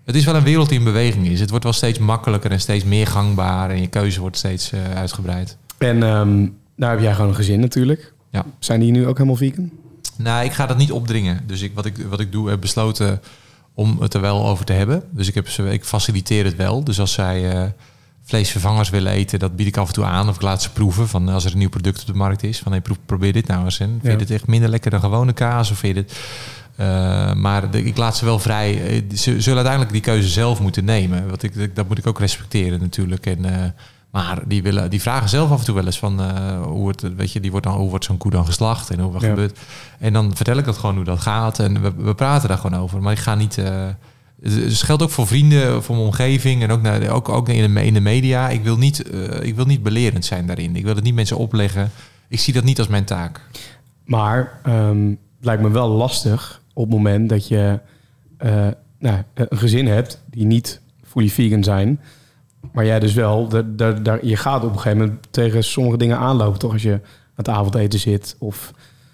het is wel een wereld die in beweging is. Het wordt wel steeds makkelijker en steeds meer gangbaar. En je keuze wordt steeds uitgebreid. En nou heb jij gewoon een gezin natuurlijk. Ja. Zijn die nu ook helemaal vegan? Nou, ik ga dat niet opdringen. Dus wat ik doe, heb besloten om het er wel over te hebben. Dus ik faciliteer het wel. Dus als zij vleesvervangers willen eten, dat bied ik af en toe aan. Of ik laat ze proeven. Van als er een nieuw product op de markt is. Van probeer dit nou eens. En vind je dit echt minder lekker dan gewone kaas? Of vind je dit... maar ik laat ze wel vrij. Ze zullen uiteindelijk die keuze zelf moeten nemen. Dat moet ik ook respecteren natuurlijk. En, maar die vragen zelf af en toe wel eens van hoe wordt zo'n koe dan geslacht en wat gebeurt. En dan vertel ik dat gewoon hoe dat gaat. En we praten daar gewoon over. Maar ik ga niet. Het geldt ook voor vrienden, voor mijn omgeving en ook in de media. Ik wil niet belerend zijn daarin. Ik wil het niet mensen opleggen. Ik zie dat niet als mijn taak. Maar het lijkt me wel lastig op het moment dat je een gezin hebt die niet fully vegan zijn. Maar jij dus wel, je gaat op een gegeven moment tegen sommige dingen aanlopen, toch? Als je aan het avondeten zit of...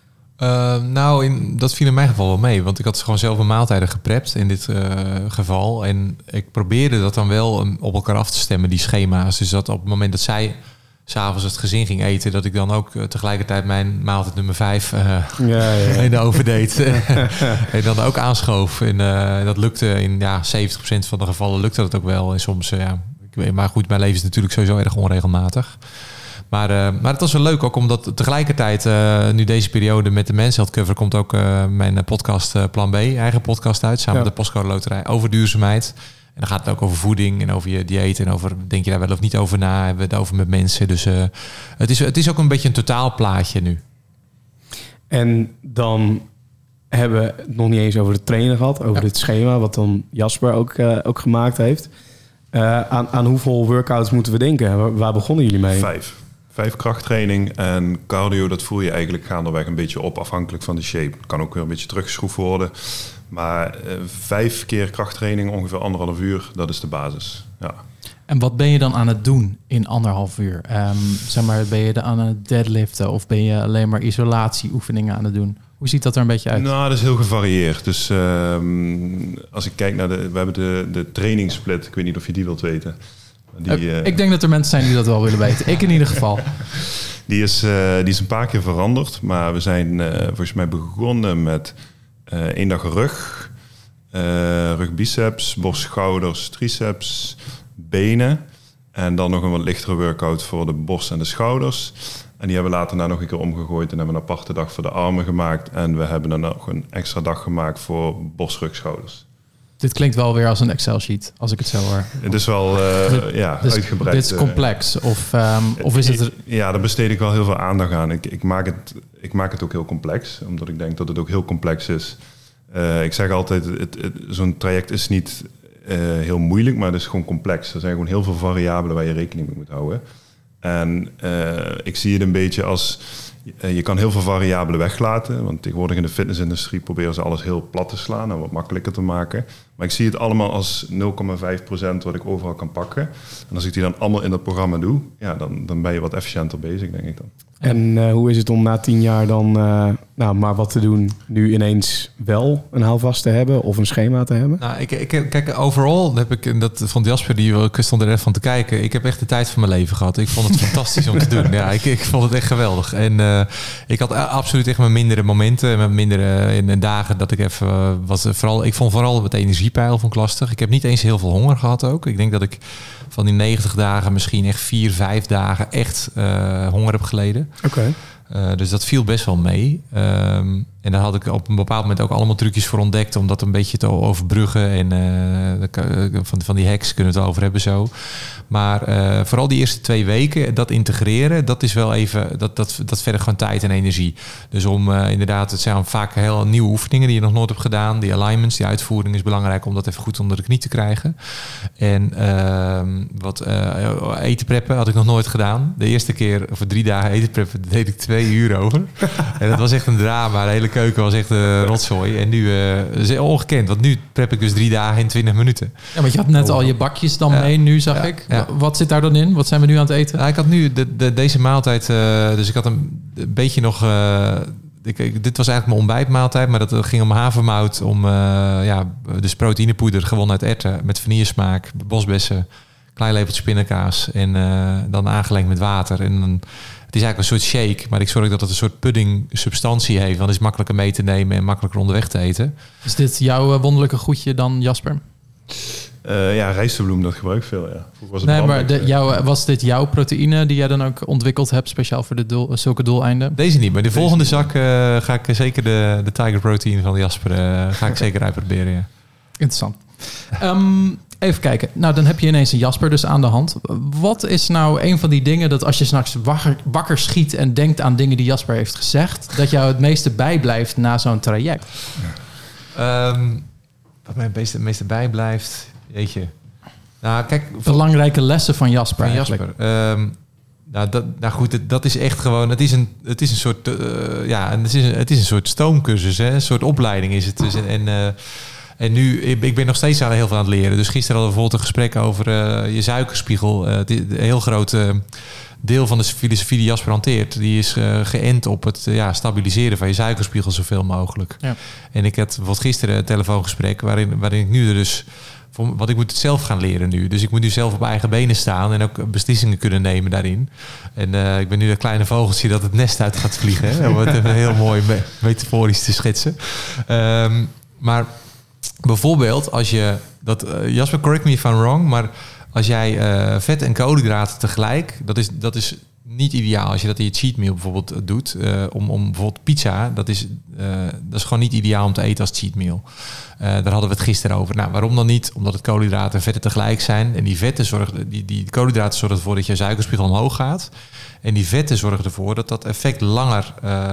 Dat viel in mijn geval wel mee. Want ik had gewoon zelf een maaltijden geprept in dit geval. En ik probeerde dat dan wel op elkaar af te stemmen, die schema's. Dus dat op het moment dat zij 's avonds het gezin ging eten, dat ik dan ook tegelijkertijd mijn maaltijd nummer 5 in de oven deed. En dan ook aanschoof. En dat lukte in 70% van de gevallen lukte dat ook wel. En soms, maar goed, mijn leven is natuurlijk sowieso erg onregelmatig. Maar het was wel leuk ook, omdat tegelijkertijd, nu deze periode met de Men's Health Cover, komt ook mijn podcast Plan B, eigen podcast uit, samen met de Postcode Loterij, over duurzaamheid. En dan gaat het ook over voeding en over je dieet en over, denk je daar wel of niet over na, hebben we het over met mensen. Dus het is ook een beetje een totaalplaatje nu. En dan hebben we het nog niet eens over de trainer gehad, over dit schema, wat dan Jasper ook gemaakt heeft. Aan hoeveel workouts moeten we denken? Waar begonnen jullie mee? 5 krachttraining en cardio, dat voel je eigenlijk gaandeweg een beetje op, afhankelijk van de shape. Het kan ook weer een beetje teruggeschroefd worden. Maar 5 keer krachttraining, ongeveer 1,5 uur, dat is de basis. Ja. En wat ben je dan aan het doen in 1,5 uur? Ben je aan het deadliften of ben je alleen maar isolatieoefeningen aan het doen? Hoe ziet dat er een beetje uit? Nou, dat is heel gevarieerd. Dus als ik kijk naar we hebben de trainingssplit. Ik weet niet of je die wilt weten. Ik denk dat er mensen zijn die dat wel willen weten. Ik in ieder geval. Die is een paar keer veranderd. Maar we zijn volgens mij begonnen met 1 dag rug. Rugbiceps, borst, schouders, triceps, benen. En dan nog een wat lichtere workout voor de borst en de schouders. En die hebben we later nog een keer omgegooid en hebben een aparte dag voor de armen gemaakt. En we hebben dan nog een extra dag gemaakt voor borst, rug, schouders. Dit klinkt wel weer als een Excel-sheet, als ik het zo hoor. Het is wel uitgebreid. Dit is complex, of is het... Ja, daar besteed ik wel heel veel aandacht aan. Ik maak het ook heel complex, omdat ik denk dat het ook heel complex is. Ik zeg altijd, zo'n traject is niet heel moeilijk, maar het is gewoon complex. Er zijn gewoon heel veel variabelen waar je rekening mee moet houden. En ik zie het een beetje als... je kan heel veel variabelen weglaten. Want tegenwoordig in de fitnessindustrie proberen ze alles heel plat te slaan en wat makkelijker te maken. Maar ik zie het allemaal als 0,5% wat ik overal kan pakken. En als ik die dan allemaal in dat programma doe, dan ben je wat efficiënter bezig, denk ik dan. En hoe is het om na 10 jaar dan maar wat te doen, nu ineens wel een houvast te hebben of een schema te hebben? Nou, kijk, overal heb ik, dat vond Jasper, ik stond er echt van te kijken. Ik heb echt de tijd van mijn leven gehad. Ik vond het fantastisch om te doen. Ja, ik vond het echt geweldig. En ik had absoluut echt mijn mindere momenten, mijn mindere dagen dat ik even ik vond vooral het energiepeil vond ik lastig. Ik heb niet eens heel veel honger gehad ook. Ik denk dat ik van die 90 dagen misschien echt 4-5 dagen echt honger heb geleden. Oké. Dus dat viel best wel mee. En daar had ik op een bepaald moment ook allemaal trucjes voor ontdekt om dat een beetje te overbruggen. En van die hacks kunnen we het over hebben zo. Maar vooral die eerste 2 weken, dat integreren, dat is wel even, dat vergt gewoon tijd en energie. Dus om inderdaad, het zijn vaak heel nieuwe oefeningen die je nog nooit hebt gedaan. Die alignments, die uitvoering is belangrijk om dat even goed onder de knie te krijgen. En eten preppen had ik nog nooit gedaan. De eerste keer voor 3 dagen eten preppen, daar deed ik 2 uur over. En dat was echt een drama. De hele keuken was echt rotzooi. En nu is het ongekend. Want nu prep ik dus 3 dagen in 20 minuten. Ja, want je had net al je bakjes dan mee, nu zag ik. Ja. Wat zit daar dan in? Wat zijn we nu aan het eten? Nou, ik had nu deze maaltijd... dus ik had een beetje nog dit was eigenlijk mijn ontbijtmaaltijd, maar dat ging om havermout, dus proteïnepoeder gewonnen uit erwten met vanillesmaak, bosbessen, klein lepeltje pindakaas en dan aangelengd met water. En dan, het is eigenlijk een soort shake, maar ik zorg dat het een soort pudding substantie heeft, want het is makkelijker mee te nemen en makkelijker onderweg te eten. Is dit jouw wonderlijke goedje dan, Jasper? Rijstebloem, dat gebruik ik veel, ja. Was het maar was dit jouw proteïne die jij dan ook ontwikkeld hebt, speciaal voor zulke doeleinden? Deze niet, maar de volgende zak ga ik zeker de Tiger Protein van Jasper ga ik zeker uitproberen, ja. Interessant. Even kijken. Nou, dan heb je ineens een Jasper dus aan de hand. Wat is nou een van die dingen dat als je s'nachts wakker schiet en denkt aan dingen die Jasper heeft gezegd, dat jou het meeste bijblijft na zo'n traject? Wat mij het meeste bijblijft... Jeetje. Nou, kijk... Belangrijke lessen van Jasper. Dat is echt gewoon... Het is een soort... het is een soort stoomcursus, hè? Een soort opleiding is het. Dus, en nu... Ik ben nog steeds heel veel aan het leren. Dus gisteren hadden we bijvoorbeeld een gesprek over je suikerspiegel. Een heel groot deel van de filosofie die Jasper hanteert, die is geënt op het stabiliseren van je suikerspiegel zoveel mogelijk. Ja. En ik had bijvoorbeeld gisteren een telefoongesprek waarin ik nu dus... Want ik moet het zelf gaan leren nu. Dus ik moet nu zelf op eigen benen staan en ook beslissingen kunnen nemen daarin. En ik ben nu dat kleine vogeltje dat het nest uit gaat vliegen. Hè? Om het even heel mooi metaforisch te schetsen. Maar bijvoorbeeld als je... Jasper, correct me if I'm wrong, maar als jij vet en koolhydraten tegelijk... Dat is niet ideaal als je dat in je cheat meal bijvoorbeeld doet. Om bijvoorbeeld pizza, dat is gewoon niet ideaal om te eten als cheat meal. Daar hadden we het gisteren over. Nou, waarom dan niet? Omdat het koolhydraten en vetten tegelijk zijn. En die vetten die koolhydraten zorgen ervoor dat je suikerspiegel omhoog gaat. En die vetten zorgen ervoor dat effect langer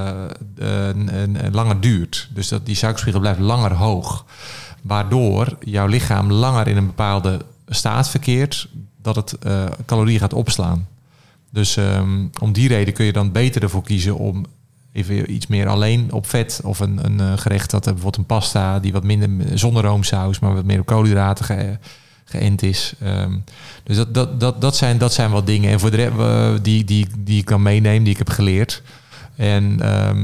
duurt. Dus dat die suikerspiegel blijft langer hoog. Waardoor jouw lichaam langer in een bepaalde staat verkeert dat het calorieën gaat opslaan. Dus om die reden kun je dan beter ervoor kiezen om even iets meer alleen op vet of een gerecht dat bijvoorbeeld een pasta die wat minder zonder roomsaus, maar wat meer op koolhydraten geënt is. Dus dat zijn wat dingen. En voor de die ik kan meenemen, die ik heb geleerd. En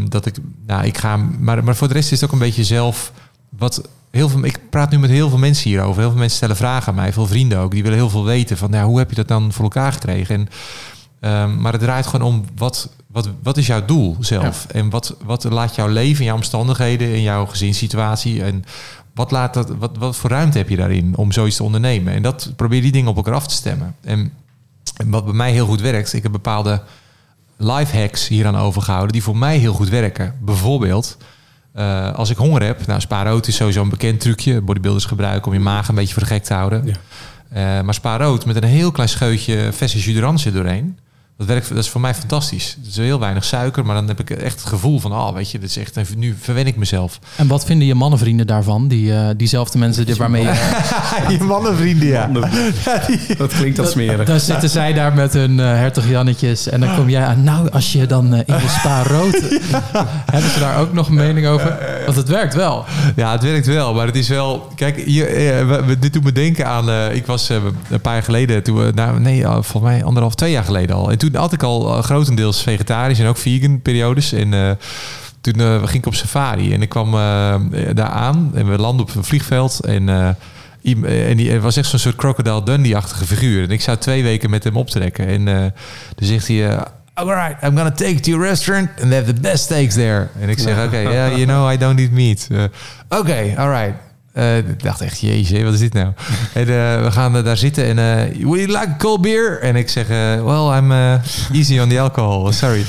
ik ga, maar voor de rest is het ook een beetje zelf wat. Ik praat nu met heel veel mensen hierover. Heel veel mensen stellen vragen aan mij, veel vrienden ook. Die willen heel veel weten van hoe heb je dat dan voor elkaar gekregen? Maar het draait gewoon om wat is jouw doel zelf? Ja. En wat laat jouw leven, jouw omstandigheden, in jouw gezinssituatie en wat voor ruimte heb je daarin om zoiets te ondernemen? En probeer die dingen op elkaar af te stemmen. En wat bij mij heel goed werkt, ik heb bepaalde lifehacks hieraan overgehouden die voor mij heel goed werken. Bijvoorbeeld, als ik honger heb, spaarrood is sowieso een bekend trucje. Bodybuilders gebruiken om je maag een beetje voor de gek te houden. Ja. Maar spaarrood met een heel klein scheutje verse jus d'orange doorheen. Dat is voor mij fantastisch. Het is heel weinig suiker, maar dan heb ik echt het gevoel van, dit is echt even, nu verwen ik mezelf. En wat vinden je mannenvrienden daarvan? Diezelfde mensen waarmee je... je mannenvrienden, ja. Dat klinkt als smeren. Dan zitten zij daar met hun hertog Jannetjes en dan kom jij aan. Nou, als je dan in je spa rood... Hebben ze daar ook nog een mening over? Want het werkt wel. Ja, het werkt wel, maar het is wel... Kijk, dit doet me denken aan... ik was een paar jaar geleden... volgens mij 2 jaar geleden al. En toen had ik al grotendeels vegetarisch en ook vegan periodes. En toen ging ik op safari en ik kwam daar aan en we landden op een vliegveld. En die was echt zo'n soort Crocodile Dundee-achtige figuur. En ik zou 2 weken met hem optrekken. En toen zegt hij... Alright, I'm gonna take you to a restaurant and they have the best steaks there. En ik zeg, I don't eat meat. Oké, alright. Ik dacht echt, jezus, wat is dit nou? En we gaan daar zitten en... Would you like a cold beer? En ik zeg, well, I'm easy on the alcohol. Sorry.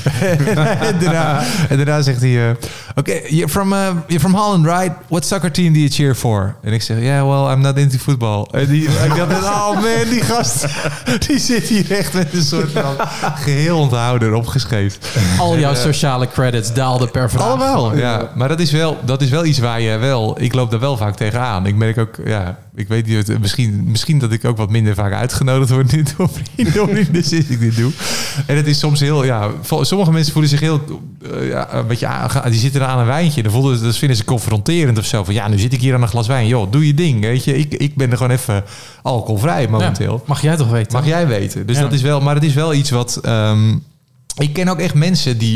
en daarna zegt hij... Okay, you're from Holland, right? What soccer team do you cheer for? En ik zeg, yeah, well, I'm not into football. En ik dacht, oh man, die gast... die zit hier echt met een soort van geheel onthouder opgeschreven. Al jouw sociale credits daalden per vraag. Allemaal, ja. Maar dat is wel iets waar je wel... Ik loop daar wel vaak tegenaan. Ik merk ook, ik weet niet, misschien dat ik ook wat minder vaak uitgenodigd word nu door vrienden sinds ik dit doe. En het is soms heel, sommige mensen voelen zich heel, een beetje die zitten aan een wijntje. Dat vinden ze confronterend of zo. Van nu zit ik hier aan een glas wijn. Joh, doe je ding, weet je. Ik ben er gewoon even alcoholvrij momenteel. Ja, mag jij toch weten? Mag jij weten. Dus dat is wel, maar het is wel iets wat... ik ken ook echt mensen die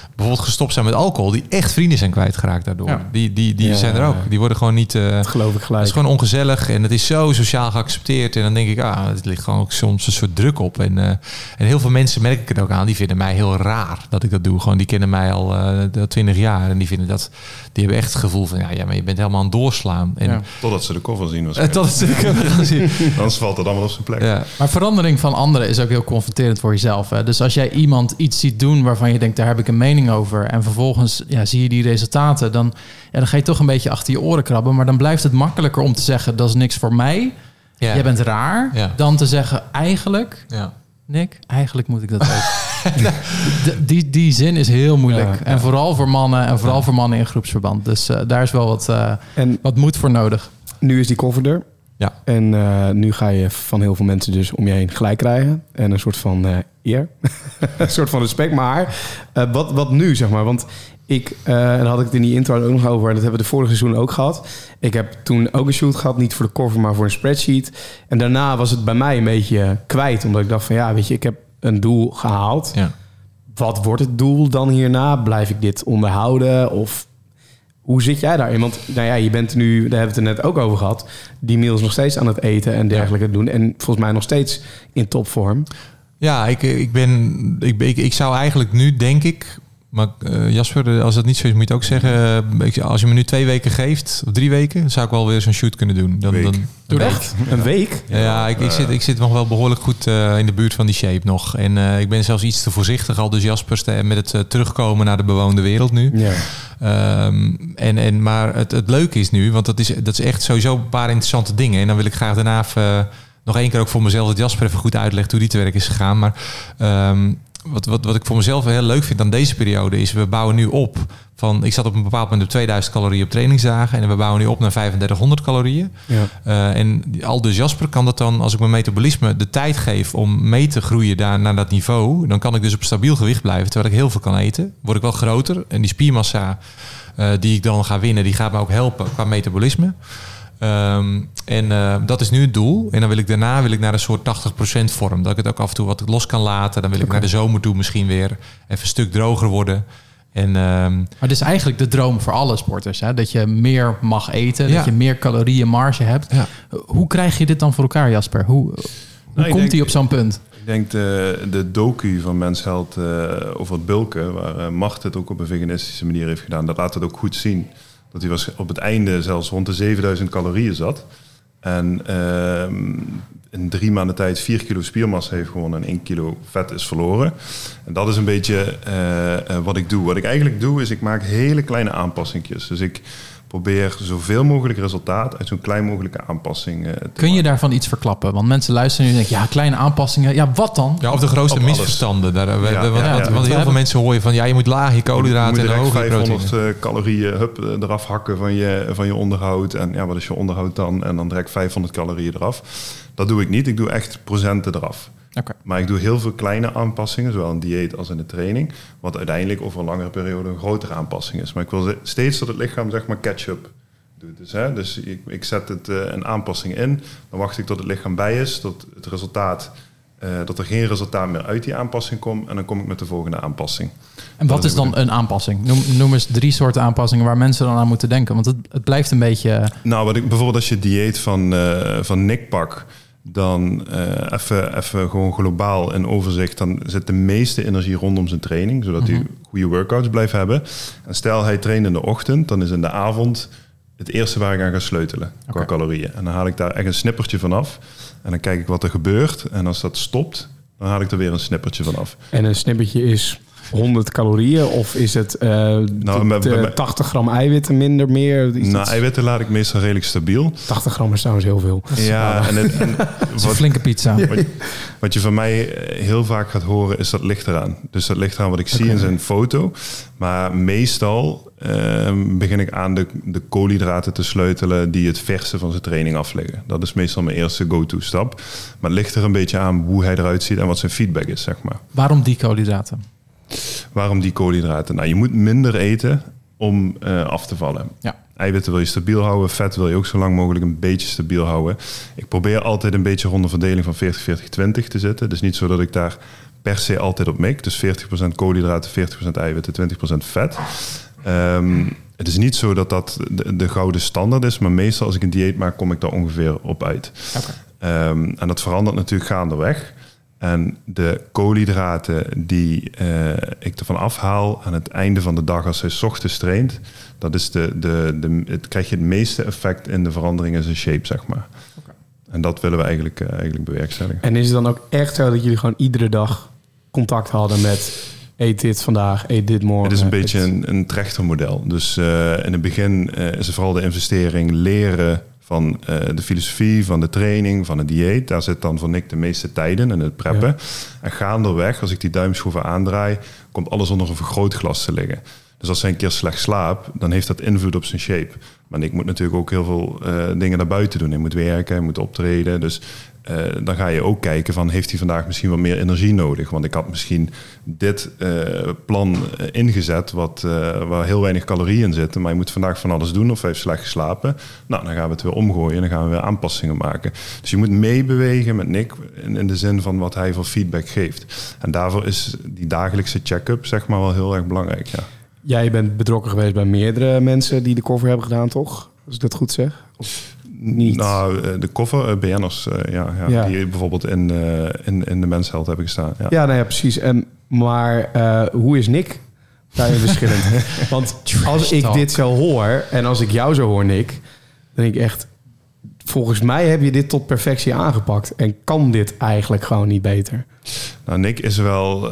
bijvoorbeeld gestopt zijn met alcohol, die echt vrienden zijn kwijtgeraakt daardoor. Ja. Die zijn er ook. Die worden gewoon niet... Dat geloof ik gelijk. Het is gewoon ongezellig en het is zo sociaal geaccepteerd. En dan denk ik, het ligt gewoon ook soms een soort druk op. En heel veel mensen, merk ik het ook aan, die vinden mij heel raar dat ik dat doe. Gewoon, die kennen mij al 20 jaar en die vinden dat... Die hebben echt het gevoel van, ja, maar je bent helemaal aan het doorslaan. En, Totdat ze de koffer zien totdat ze de koffer zien. Anders valt het allemaal op zijn plek. Ja. Maar verandering van anderen is ook heel confronterend voor jezelf. Hè? Dus als jij iemand iets ziet doen waarvan je denkt, daar heb ik een mening over. En vervolgens zie je die resultaten. Dan ga je toch een beetje achter je oren krabben. Maar dan blijft het makkelijker om te zeggen, dat is niks voor mij. Ja. Jij bent raar. Ja. Dan te zeggen, eigenlijk, Nick, eigenlijk moet ik dat weten. Die zin is heel moeilijk. Ja. En vooral voor mannen en vooral voor mannen in groepsverband. Dus daar is wel wat moed voor nodig. Nu is die koffer er. Ja. En nu ga je van heel veel mensen dus om je heen gelijk krijgen. En een soort van eer. Een soort van respect. Maar wat nu, zeg maar? Want en daar had ik het in die intro ook nog over. En dat hebben we de vorige seizoen ook gehad. Ik heb toen ook een shoot gehad. Niet voor de cover, maar voor een spreadsheet. En daarna was het bij mij een beetje kwijt. Omdat ik dacht van, weet je, ik heb een doel gehaald. Ja. Wat wordt het doel dan hierna? Blijf ik dit onderhouden? Of hoe zit jij daarin? Want je bent nu, daar hebben we het er net ook over gehad. Die meals nog steeds aan het eten en dergelijke doen. En volgens mij nog steeds in topvorm. Ja, ik zou eigenlijk nu, denk ik... Maar Jasper, als dat niet zo is, moet je het ook zeggen. Als je me nu 2 weken geeft, of 3 weken... zou ik wel weer zo'n shoot kunnen doen. Doe echt? Een week? Ja, ik zit nog wel behoorlijk goed in de buurt van die shape nog. En ik ben zelfs iets te voorzichtig al. Dus Jasper met het terugkomen naar de bewoonde wereld nu. Ja. Maar het leuke is nu, want dat is echt sowieso een paar interessante dingen. En dan wil ik graag daarna nog 1 keer ook voor mezelf... dat Jasper even goed uitlegt hoe die te werk is gegaan. Maar... Wat ik voor mezelf heel leuk vind aan deze periode is... we bouwen nu op van... ik zat op een bepaald moment op 2000 calorieën op trainingsdagen... en we bouwen nu op naar 3500 calorieën. Ja. En Aldus Jasper kan dat dan... als ik mijn metabolisme de tijd geef om mee te groeien naar dat niveau... dan kan ik dus op stabiel gewicht blijven... terwijl ik heel veel kan eten. Word ik wel groter. En die spiermassa die ik dan ga winnen... die gaat me ook helpen qua metabolisme. Dat is nu het doel. En dan wil ik daarna naar een soort 80% vorm. Dat ik het ook af en toe wat los kan laten. Dan wil ik naar de zomer toe misschien weer even een stuk droger worden. Maar het is eigenlijk de droom voor alle sporters. Hè? Dat je meer mag eten. Dat je meer calorieën marge hebt. Ja. Hoe krijg je dit dan voor elkaar, Jasper? Hoe komt hij op zo'n punt? Ik denk de docu van Men's Health over het bulken... waar Mart het ook op een veganistische manier heeft gedaan... dat laat het ook goed zien... dat hij op het einde zelfs rond de 7000 calorieën zat. En in 3 maanden tijd 4 kilo spiermassa heeft gewonnen en 1 kilo vet is verloren. En dat is een beetje wat ik doe. Wat ik eigenlijk doe is ik maak hele kleine aanpassingjes. Dus ik probeer zoveel mogelijk resultaat uit zo'n klein mogelijke aanpassing te Kun je daarvan iets verklappen? Want mensen luisteren nu en denken, kleine aanpassingen. Ja, wat dan? Ja, of de grootste misverstanden. Want heel veel mensen hoor je van, je moet lage koolhydraten en hoge 500 calorieën eraf hakken van je onderhoud. En wat is je onderhoud dan? En dan direct 500 calorieën eraf. Dat doe ik niet. Ik doe echt procenten eraf. Okay. Maar ik doe heel veel kleine aanpassingen, zowel in dieet als in de training. Wat uiteindelijk over een langere periode een grotere aanpassing is. Maar ik wil steeds dat het lichaam zeg maar catch-up doet. Dus ik zet het een aanpassing in. Dan wacht ik tot het lichaam bij is. Tot het resultaat, dat er geen resultaat meer uit die aanpassing komt. En dan kom ik met de volgende aanpassing. En wat is dan een aanpassing? Noem eens 3 soorten aanpassingen waar mensen dan aan moeten denken. Want het blijft een beetje... Nou, bijvoorbeeld als je dieet van Nick pak... dan even gewoon globaal in overzicht... dan zit de meeste energie rondom zijn training... zodat hij goede workouts blijft hebben. En stel hij traint in de ochtend... dan is in de avond het eerste waar ik aan ga sleutelen... qua calorieën. En dan haal ik daar echt een snippertje van af... en dan kijk ik wat er gebeurt. En als dat stopt, dan haal ik er weer een snippertje van af. En een snippertje is 100 calorieën? Of is het 80 gram eiwitten meer? Eiwitten laat ik meestal redelijk stabiel. 80 gram is trouwens heel veel. Ja, dat is een flinke pizza. Wat je van mij heel vaak gaat horen is dat ligt eraan. Dus dat ligt eraan wat ik zie in zijn foto. Maar meestal begin ik aan de koolhydraten te sleutelen... die het verste van zijn training afleggen. Dat is meestal mijn eerste go-to stap. Maar het ligt er een beetje aan hoe hij eruit ziet... en wat zijn feedback is, zeg maar. Waarom die koolhydraten? Waarom die koolhydraten? Nou, je moet minder eten om af te vallen. Ja. eiwitten wil je stabiel houden. Vet wil je ook zo lang mogelijk een beetje stabiel houden. Ik probeer altijd een beetje rond de verdeling van 40-40-20 te zitten. Dus niet zo dat ik daar per se altijd op mik. Dus 40% koolhydraten, 40% eiwitten, 20% vet. Het is niet zo dat de gouden standaard is. Maar meestal als ik een dieet maak, kom ik daar ongeveer op uit. Okay. En dat verandert natuurlijk gaandeweg. En de koolhydraten die ik ervan afhaal aan het einde van de dag als hij 's ochtends traint, dat is het krijg je het meeste effect in de verandering in zijn shape, zeg maar. Okay. En dat willen we eigenlijk bewerkstelligen. En is het dan ook echt zo dat jullie gewoon iedere dag contact hadden met eet dit vandaag, eet dit morgen? Het is een beetje een trechtermodel. Dus in het begin is het vooral de investering leren van de filosofie, van de training, van het dieet. Daar zit dan voor Nick de meeste tijden in het preppen. Ja. En gaandeweg, als ik die duimschroeven aandraai, komt alles onder een vergrootglas te liggen. Dus als hij een keer slecht slaapt, dan heeft dat invloed op zijn shape. Maar Nick moet natuurlijk ook heel veel dingen naar buiten doen. Hij moet werken, hij moet optreden. Dus dan ga je ook kijken van, heeft hij vandaag misschien wat meer energie nodig? Want ik had misschien dit plan ingezet waar heel weinig calorieën in zitten. Maar je moet vandaag van alles doen of hij heeft slecht geslapen. Nou, dan gaan we het weer omgooien en dan gaan we weer aanpassingen maken. Dus je moet meebewegen met Nick in de zin van wat hij voor feedback geeft. En daarvoor is die dagelijkse check-up zeg maar wel heel erg belangrijk, ja. Jij bent betrokken geweest bij meerdere mensen die de cover hebben gedaan, toch? Als ik dat goed zeg? Of niet? Nou, de cover, BN'ers, ja. Die bijvoorbeeld in de Men's Health hebben gestaan. Ja, ja, precies. Maar hoe is Nick daarin verschillend? Want als ik dit zo hoor en als ik jou zo hoor, Nick, dan denk ik echt, volgens mij heb je dit tot perfectie aangepakt en kan dit eigenlijk gewoon niet beter. Nou, Nick is wel...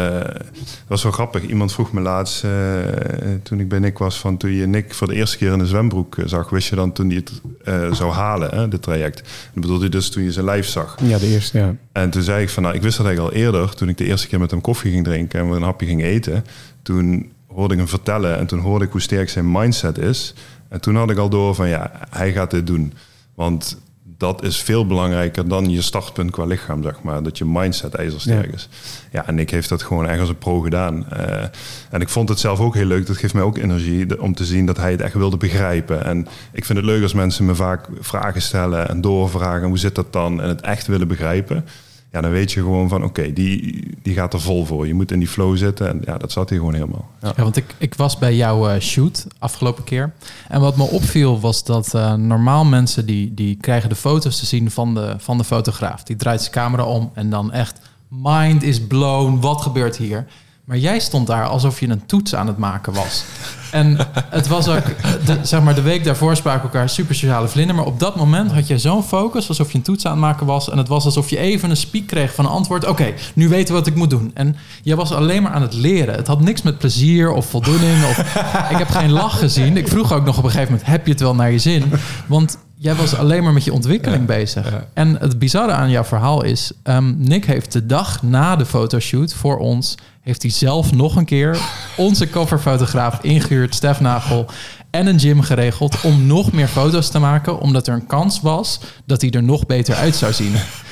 was wel grappig. Iemand vroeg me laatst, toen ik bij Nick was, van toen je Nick voor de eerste keer in de zwembroek zag, wist je dan toen hij het zou halen, dit traject? Dat bedoelde hij dus toen je zijn lijf zag. Ja, de eerste, ja. En toen zei ik van, nou, ik wist dat eigenlijk al eerder, toen ik de eerste keer met hem koffie ging drinken en we een hapje gingen eten. Toen hoorde ik hem vertellen en toen hoorde ik hoe sterk zijn mindset is. En toen had ik al door van, ja, hij gaat dit doen. Want dat is veel belangrijker dan je startpunt qua lichaam, zeg maar. Dat je mindset ijzersterk is. Ja, en Nick heeft dat gewoon echt als een pro gedaan. En ik vond het zelf ook heel leuk. Dat geeft mij ook energie om te zien dat hij het echt wilde begrijpen. En ik vind het leuk als mensen me vaak vragen stellen en doorvragen. Hoe zit dat dan? En het echt willen begrijpen. Ja, dan weet je gewoon van oké, die gaat er vol voor. Je moet in die flow zitten en ja, dat zat hij gewoon helemaal. Ja, want ik was bij jouw shoot afgelopen keer. En wat me opviel was dat normaal mensen die krijgen de foto's te zien van de fotograaf. Die draait zijn camera om en dan echt mind is blown. Wat gebeurt hier? Maar jij stond daar alsof je een toets aan het maken was. En het was ook, de week daarvoor spraken we elkaar super sociale vlinder. Maar op dat moment had je zo'n focus alsof je een toets aan het maken was. En het was alsof je even een speak kreeg van een antwoord. Oké, nu weten we wat ik moet doen. En jij was alleen maar aan het leren. Het had niks met plezier of voldoening. Ik heb geen lach gezien. Ik vroeg ook nog op een gegeven moment, heb je het wel naar je zin? Want jij was alleen maar met je ontwikkeling bezig. Ja. En het bizarre aan jouw verhaal is, Nick heeft de dag na de fotoshoot voor ons, heeft hij zelf nog een keer onze coverfotograaf ingehuurd, Stef Nagel, en een gym geregeld om nog meer foto's te maken, omdat er een kans was dat hij er nog beter uit zou zien.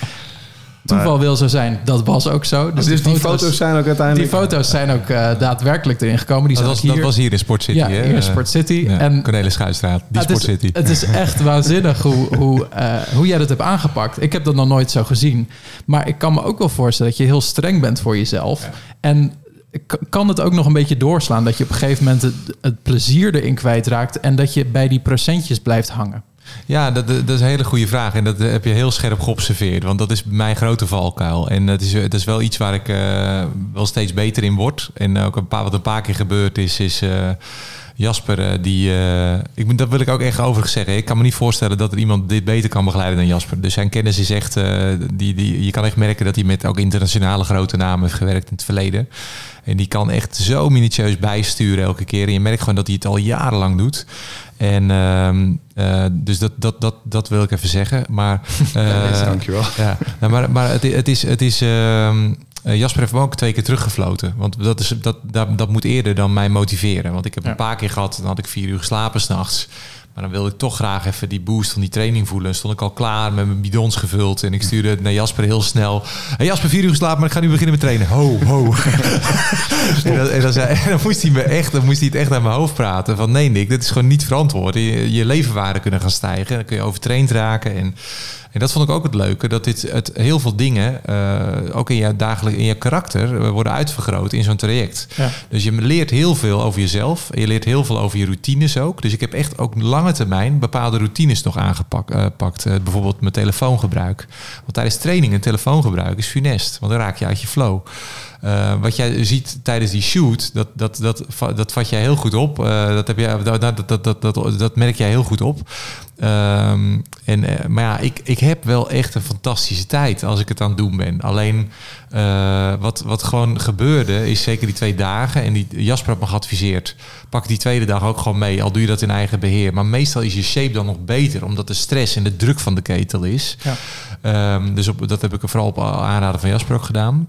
Toeval wil zo zijn, dat was ook zo. Dus die foto's zijn ook uiteindelijk... Die foto's zijn ook daadwerkelijk erin gekomen. Dat was hier in Sport City. Ja, hier in Sport City. Ja, en Cornelis Schuijstraat, Sport City. Het is echt waanzinnig hoe jij dat hebt aangepakt. Ik heb dat nog nooit zo gezien. Maar ik kan me ook wel voorstellen dat je heel streng bent voor jezelf. Ja. En kan het ook nog een beetje doorslaan dat je op een gegeven moment het plezier erin kwijtraakt en dat je bij die procentjes blijft hangen? Ja, dat is een hele goede vraag. En dat heb je heel scherp geobserveerd. Want dat is mijn grote valkuil. En dat is wel iets waar ik wel steeds beter in word. En ook wat een paar keer gebeurd is Jasper, dat wil ik ook echt overigens zeggen. Ik kan me niet voorstellen dat er iemand dit beter kan begeleiden dan Jasper. Dus zijn kennis is echt... je kan echt merken dat hij met ook internationale grote namen heeft gewerkt in het verleden. En die kan echt zo minutieus bijsturen elke keer. En je merkt gewoon dat hij het al jarenlang doet. En dus dat wil ik even zeggen. Maar, dankjewel. Ja, nou, maar het is Jasper heeft me ook 2 keer teruggefloten. Want dat moet eerder dan mij motiveren. Want ik heb een paar keer gehad, dan had ik 4 uur geslapen 's nachts. Maar dan wilde ik toch graag even die boost van die training voelen. Dan stond ik al klaar met mijn bidons gevuld. En ik stuurde het naar Jasper heel snel. Hey Jasper, 4 uur geslapen, maar ik ga nu beginnen met trainen. Ho, ho. en dan moest hij het echt naar mijn hoofd praten. Van nee Nick, dit is gewoon niet verantwoord. Je levenwaarden kunnen gaan stijgen. Dan kun je overtraind raken. En dat vond ik ook het leuke. Dat heel veel dingen, ook in je karakter, worden uitvergroot in zo'n traject. Ja. Dus je leert heel veel over jezelf. En je leert heel veel over je routines ook. Dus ik heb echt ook lange termijn bepaalde routines nog aangepakt. Bijvoorbeeld mijn telefoongebruik. Want tijdens training een telefoongebruik is funest. Want dan raak je uit je flow. Wat jij ziet tijdens die shoot, dat vat jij heel goed op. Dat merk jij heel goed op. Maar ja, ik heb wel echt een fantastische tijd als ik het aan het doen ben. Alleen wat gewoon gebeurde is zeker die 2 dagen. En die Jasper had me geadviseerd. Pak die tweede dag ook gewoon mee. Al doe je dat in eigen beheer. Maar meestal is je shape dan nog beter. Omdat de stress en de druk van de ketel is. Ja. Dus dat heb ik vooral op aanraden van Jasper ook gedaan.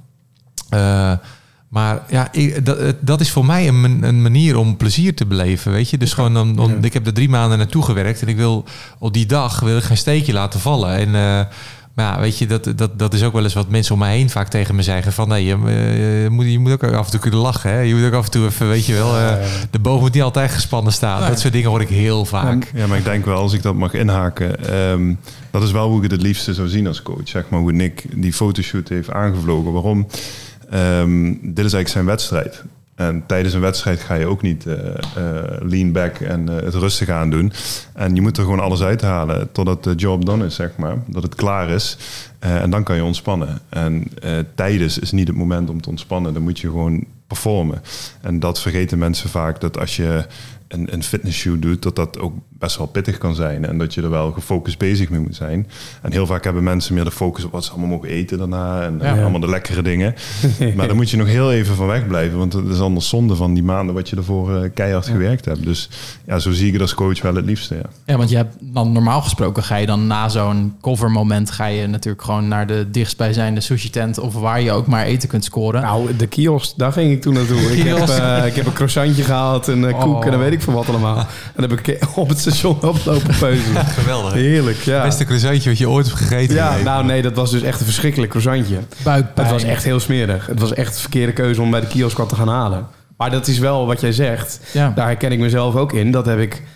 Maar ja, dat is voor mij een manier om plezier te beleven, weet je. Dus gewoon, ik heb er 3 maanden naartoe gewerkt en ik wil op die dag geen steekje laten vallen. En maar ja, weet je, dat is ook wel eens wat mensen om mij heen vaak tegen me zeggen van nee, je moet ook af en toe kunnen lachen, hè. Je moet ook af en toe even, weet je wel, de boog moet niet altijd gespannen staan. Nee. Dat soort dingen hoor ik heel vaak. Ja, maar ik denk wel, als ik dat mag inhaken, dat is wel hoe ik het liefste zou zien als coach. Zeg maar hoe Nick die fotoshoot heeft aangevlogen. Waarom? Dit is eigenlijk zijn wedstrijd. En tijdens een wedstrijd ga je ook niet lean back en het rustig aan doen. En je moet er gewoon alles uithalen totdat de job done is, zeg maar. Dat het klaar is. En dan kan je ontspannen. En tijdens is niet het moment om te ontspannen. Dan moet je gewoon performen. En dat vergeten mensen vaak, dat als je een fitnessshoot doet, dat ook best wel pittig kan zijn. En dat je er wel gefocust bezig mee moet zijn. En heel vaak hebben mensen meer de focus op wat ze allemaal mogen eten daarna. En allemaal de lekkere dingen. Maar daar moet je nog heel even van wegblijven. Want het is anders zonde van die maanden wat je ervoor keihard gewerkt hebt. Dus ja, zo zie ik het als coach wel het liefste. Ja, want je hebt dan normaal gesproken ga je dan na zo'n covermoment ga je natuurlijk gewoon naar de dichtstbijzijnde sushi tent of waar je ook maar eten kunt scoren. Nou, de kiosk, daar ging ik toen naartoe. Ik heb een croissantje gehaald, een koek en dan weet ik van wat allemaal. En dan heb ik op het station oplopen peuzelen. Geweldig. Heerlijk, ja. Beste croissantje wat je ooit hebt gegeten. Ja, nou nee, dat was dus echt een verschrikkelijk croissantje. Buikpijn. Het was echt heel smerig. Het was echt de verkeerde keuze om bij de kiosk wat te gaan halen. Maar dat is wel wat jij zegt. Ja. Daar herken ik mezelf ook in. Dat heb ik...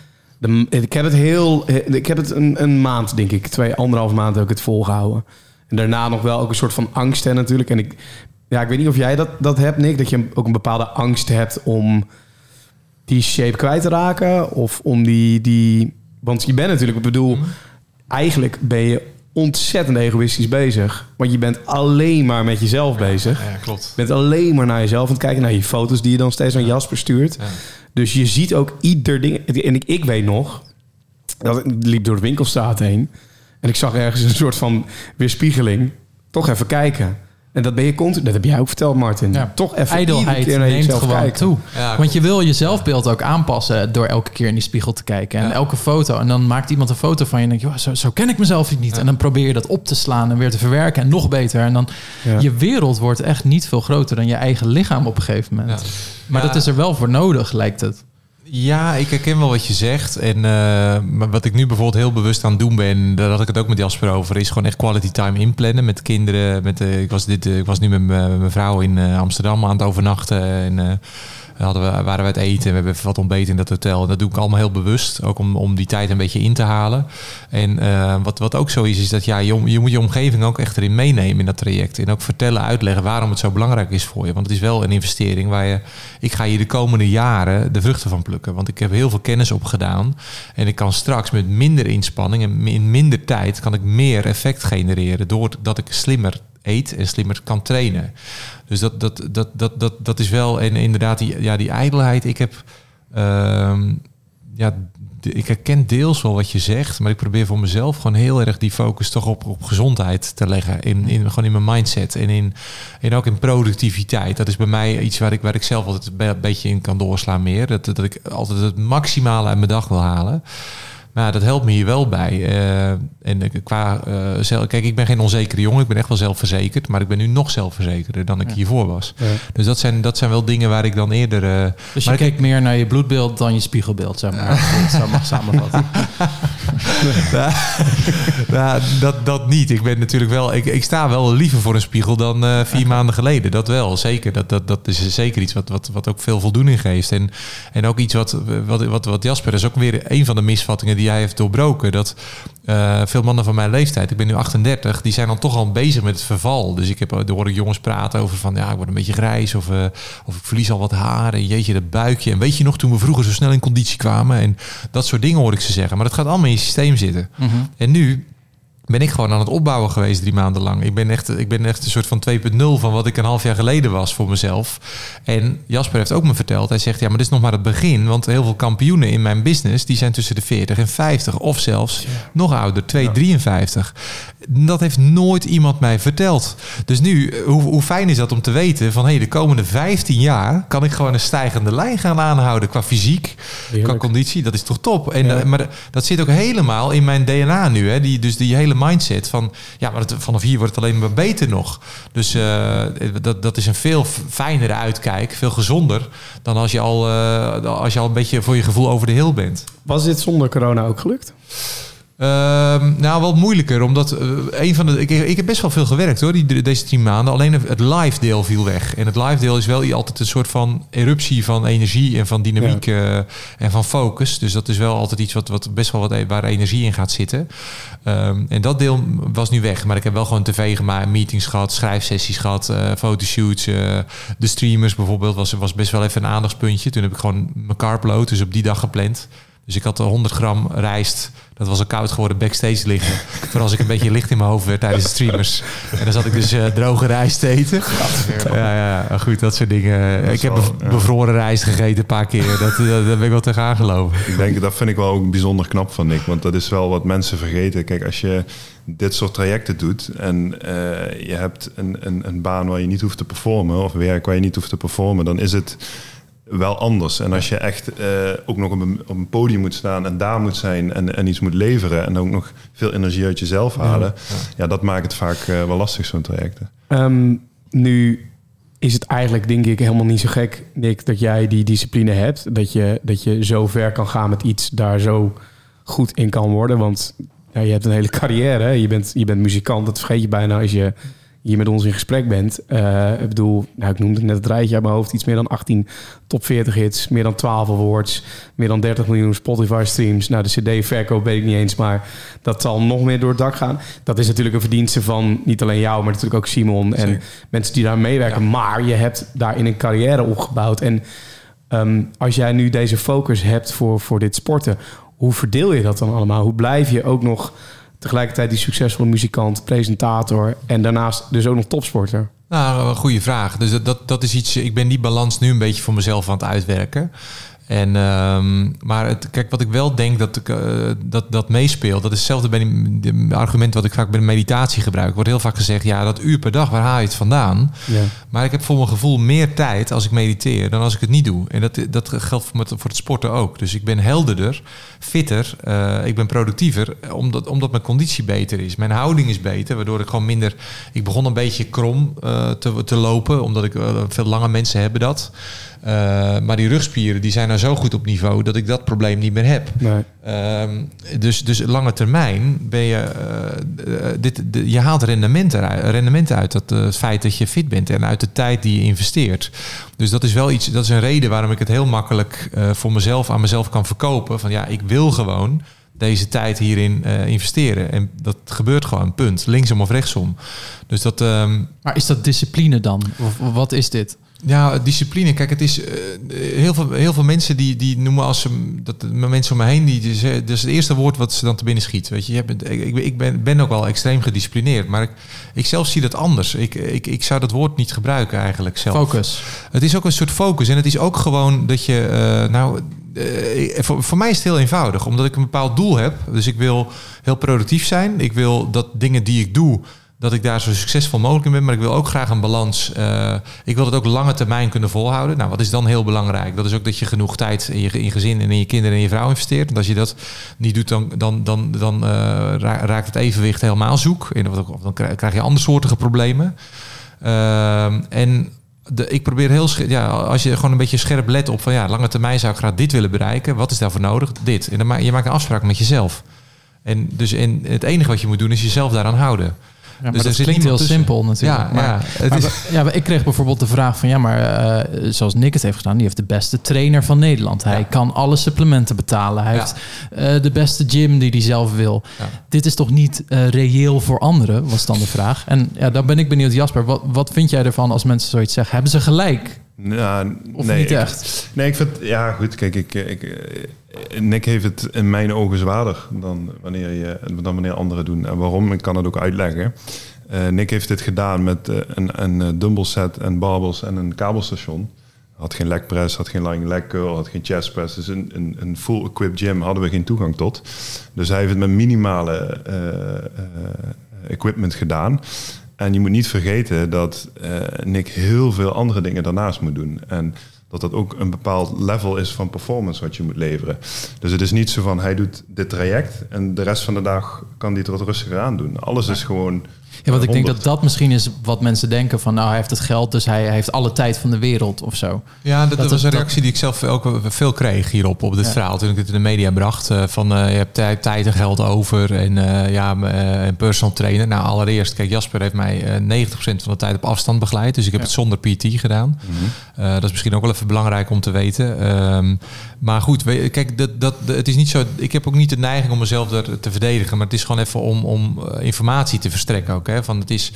Ik heb het een maand, denk ik. 2,5 maand heb ik het volgehouden. En daarna nog wel ook een soort van angst hè, natuurlijk. En ik weet niet of jij dat hebt, Nick. Dat je ook een bepaalde angst hebt om die shape kwijt te raken. Of om die... Want je bent natuurlijk, ik bedoel... Eigenlijk ben je ontzettend egoïstisch bezig. Want je bent alleen maar met jezelf bezig. Ja, klopt. Je bent alleen maar naar jezelf aan het kijken. Naar je foto's die je dan steeds aan Jasper stuurt. Ja. Dus je ziet ook ieder ding. En ik weet nog... dat ik liep door de winkelstraat heen. En ik zag ergens een soort van weerspiegeling. Toch even kijken. En dat ben je continu. Dat heb jij ook verteld, Martin. Ja. Toch even ijdelheid keer naar neemt jezelf gewoon kijken. toe. Ja, want je wil je zelfbeeld ook aanpassen door elke keer in die spiegel te kijken. En elke foto. En dan maakt iemand een foto van je en denk je, zo ken ik mezelf niet. Ja. En dan probeer je dat op te slaan en weer te verwerken en nog beter. En dan je wereld wordt echt niet veel groter dan je eigen lichaam op een gegeven moment. Ja. Maar dat is er wel voor nodig, lijkt het. Ja, ik herken wel wat je zegt. En maar wat ik nu bijvoorbeeld heel bewust aan het doen ben, daar had ik het ook met Jasper over, is gewoon echt quality time inplannen met kinderen. Ik was nu met mijn vrouw in Amsterdam aan het overnachten. En waren we het eten. We hebben even wat ontbeten in dat hotel. En dat doe ik allemaal heel bewust. Ook om die tijd een beetje in te halen. En wat ook zo is dat je moet je omgeving ook echt erin meenemen in dat traject. En ook vertellen, uitleggen waarom het zo belangrijk is voor je. Want het is wel een investering waar ik ga hier de komende jaren de vruchten van plukken. Want ik heb heel veel kennis opgedaan. En ik kan straks met minder inspanning en in minder tijd kan ik meer effect genereren. Doordat ik slimmer eet en slimmer kan trainen. Dus dat is wel... En inderdaad, die ijdelheid. Ik herken deels wel wat je zegt, maar ik probeer voor mezelf gewoon heel erg die focus toch op gezondheid te leggen. Gewoon in mijn mindset en ook in productiviteit. Dat is bij mij iets waar ik zelf altijd een beetje in kan doorslaan meer. Dat ik altijd het maximale uit mijn dag wil halen. Maar dat helpt me hier wel bij. Kijk, ik ben geen onzekere jongen. Ik ben echt wel zelfverzekerd. Maar ik ben nu nog zelfverzekerder dan ik hiervoor was. Ja. Dus dat zijn wel dingen waar ik dan eerder... Dus je keek meer naar je bloedbeeld dan je spiegelbeeld, zeg maar. Dat mag samenvatten. Dat niet. Ik ben natuurlijk wel... Ik sta wel liever voor een spiegel dan 4 maanden geleden. Dat wel, zeker. Dat is zeker iets wat ook veel voldoening geeft. En ook iets wat Jasper... is ook weer een van de misvattingen die hij heeft doorbroken. Dat veel mannen van mijn leeftijd... Ik ben nu 38, die zijn dan toch al bezig met het verval. Dus daar hoor ik jongens praten over van... Ja, ik word een beetje grijs of ik verlies al wat haar. En jeetje, dat buikje. En weet je nog, toen we vroeger zo snel in conditie kwamen... En dat soort dingen hoor ik ze zeggen. Maar dat gaat allemaal in je systeem zitten. Mm-hmm. En nu... ben ik gewoon aan het opbouwen geweest 3 maanden lang. Ik ben echt een soort van 2.0 van wat ik een half jaar geleden was voor mezelf. En Jasper heeft ook me verteld, hij zegt, ja, maar dit is nog maar het begin. Want heel veel kampioenen in mijn business, die zijn tussen de 40 en 50. Of zelfs nog ouder, 53. Dat heeft nooit iemand mij verteld. Dus nu, hoe fijn is dat om te weten van... de komende 15 jaar kan ik gewoon een stijgende lijn gaan aanhouden... qua fysiek, qua conditie. Dat is toch top? En, maar dat zit ook helemaal in mijn DNA nu. Hè? Die hele mindset van... ja, maar vanaf hier wordt het alleen maar beter nog. Dus dat is een veel fijnere uitkijk. Veel gezonder dan als je al een beetje voor je gevoel over de hill bent. Was dit zonder corona ook gelukt? Wel moeilijker, omdat ik heb best wel veel gewerkt hoor, deze 10 maanden. Alleen het live deel viel weg. En het live deel is wel altijd een soort van eruptie van energie en van dynamiek en van focus. Dus dat is wel altijd iets wat best wel waar energie in gaat zitten. En dat deel was nu weg. Maar ik heb wel gewoon tv gemaakt, meetings gehad, schrijfsessies gehad, fotoshoots. De streamers bijvoorbeeld was best wel even een aandachtspuntje. Toen heb ik gewoon mijn carpload, dus op die dag gepland. Dus ik had 100 gram rijst. Dat was al koud geworden backstage liggen. Voor als ik een beetje licht in mijn hoofd werd tijdens de streamers. En dan zat ik dus droge rijst te eten. Ja, goed, dat soort dingen. Ik heb bevroren rijst gegeten een paar keer. Daar ben ik wel tegenaan gelopen. Dat vind ik wel ook bijzonder knap van Nick. Want dat is wel wat mensen vergeten. Kijk, als je dit soort trajecten doet... en je hebt een baan waar je niet hoeft te performen... of werk waar je niet hoeft te performen... dan is het... wel anders. En als je echt ook nog op een podium moet staan en daar moet zijn en iets moet leveren en ook nog veel energie uit jezelf halen, dat maakt het vaak wel lastig, zo'n trajecten. Nu is het eigenlijk, denk ik, helemaal niet zo gek, Nick, dat jij die discipline hebt, dat je zo ver kan gaan met iets, daar zo goed in kan worden, want je hebt een hele carrière, hè? Je bent muzikant, dat vergeet je bijna als je hier met ons in gesprek bent. Ik bedoel, ik noemde net het rijtje uit mijn hoofd. Iets meer dan 18 top 40 hits. Meer dan 12 awards. Meer dan 30 miljoen Spotify streams. Nou, de CD-verkoop weet ik niet eens. Maar dat zal nog meer door het dak gaan. Dat is natuurlijk een verdienste van niet alleen jou, maar natuurlijk ook Simon. En mensen die daar meewerken. Ja. Maar je hebt daarin een carrière opgebouwd. En als jij nu deze focus hebt voor dit sporten, hoe verdeel je dat dan allemaal? Hoe blijf je ook nog tegelijkertijd die succesvolle muzikant, presentator en daarnaast dus ook nog topsporter? Nou, een goede vraag. Dus dat is iets. Ik ben die balans nu een beetje voor mezelf aan het uitwerken. En, maar kijk, wat ik wel denk dat meespeelt, dat is hetzelfde bij het argument wat ik vaak bij de meditatie gebruik. Er wordt heel vaak gezegd, ja, dat uur per dag, waar haal je het vandaan? Ja. Maar ik heb voor mijn gevoel meer tijd als ik mediteer dan als ik het niet doe. En dat geldt voor het sporten ook. Dus ik ben helderder, fitter, ik ben productiever, omdat mijn conditie beter is. Mijn houding is beter, waardoor ik gewoon minder... Ik begon een beetje krom te lopen, omdat ik veel lange mensen hebben dat. Maar die rugspieren die zijn nou zo goed op niveau dat ik dat probleem niet meer heb. Nee. Dus lange termijn ben je... je haalt rendement uit het feit dat je fit bent en uit de tijd die je investeert. Dus dat is wel iets. Dat is een reden waarom ik het heel makkelijk voor mezelf aan mezelf kan verkopen. Van ja, ik wil gewoon deze tijd hierin investeren. En dat gebeurt gewoon, punt. Linksom of rechtsom. Dus dat... Maar is dat discipline dan? Of wat is dit? Ja, discipline. Kijk, het is heel veel mensen die noemen als mensen om me heen, dat is het eerste woord wat ze dan te binnen schiet. Weet je, ik ben ook wel extreem gedisciplineerd, maar ik zelf zie dat anders. Ik zou dat woord niet gebruiken eigenlijk zelf. Focus. Het is ook een soort focus en het is ook gewoon dat je voor mij is het heel eenvoudig, omdat ik een bepaald doel heb. Dus ik wil heel productief zijn. Ik wil dat dingen die ik doe, dat ik daar zo succesvol mogelijk in ben. Maar ik wil ook graag een balans. Ik wil het ook lange termijn kunnen volhouden. Nou, wat is dan heel belangrijk? Dat is ook dat je genoeg tijd in je gezin en in je kinderen en je vrouw investeert. Want als je dat niet doet, dan raakt het evenwicht helemaal zoek. Of dan krijg je andersoortige problemen. Ik probeer als je gewoon een beetje scherp let op van lange termijn zou ik graag dit willen bereiken. Wat is daarvoor nodig? Dit. En dan je maakt een afspraak met jezelf. En het enige wat je moet doen is jezelf daaraan houden. Ja, maar dus dat klinkt heel simpel natuurlijk. Ik kreeg bijvoorbeeld de vraag van... zoals Nick het heeft gedaan... die heeft de beste trainer van Nederland. Hij kan alle supplementen betalen. Hij heeft de beste gym die hij zelf wil. Ja. Dit is toch niet reëel voor anderen, was dan de vraag. En dan ben ik benieuwd, Jasper. Wat vind jij ervan als mensen zoiets zeggen? Hebben ze gelijk? Of niet echt? Ik vind... Ja, goed. Kijk, Nick heeft het in mijn ogen zwaarder dan wanneer anderen doen. En waarom? Ik kan het ook uitleggen. Nick heeft dit gedaan met een dumbbell set en barbells en een kabelstation. Had geen leg press, had geen lying leg curl, had geen chest press. Dus een full equipped gym hadden we geen toegang tot. Dus hij heeft het met minimale equipment gedaan. En je moet niet vergeten dat Nick heel veel andere dingen daarnaast moet doen. En dat ook een bepaald level is van performance wat je moet leveren. Dus het is niet zo van hij doet dit traject en de rest van de dag kan hij het wat rustiger aan doen. Alles is gewoon... Ja, want ik denk dat misschien is wat mensen denken van... hij heeft het geld, dus hij heeft alle tijd van de wereld of zo. Ja, dat was een reactie die ik zelf ook veel kreeg hierop, op dit verhaal. Toen ik het in de media bracht. Je hebt tijd en geld over en een personal trainer. Nou, allereerst, kijk, Jasper heeft mij 90% van de tijd op afstand begeleid. Dus ik heb het zonder PT gedaan. Mm-hmm. Dat is misschien ook wel even belangrijk om te weten. Maar goed, kijk, het is niet zo... Ik heb ook niet de neiging om mezelf te verdedigen. Maar het is gewoon even om informatie te verstrekken ook. Van het is,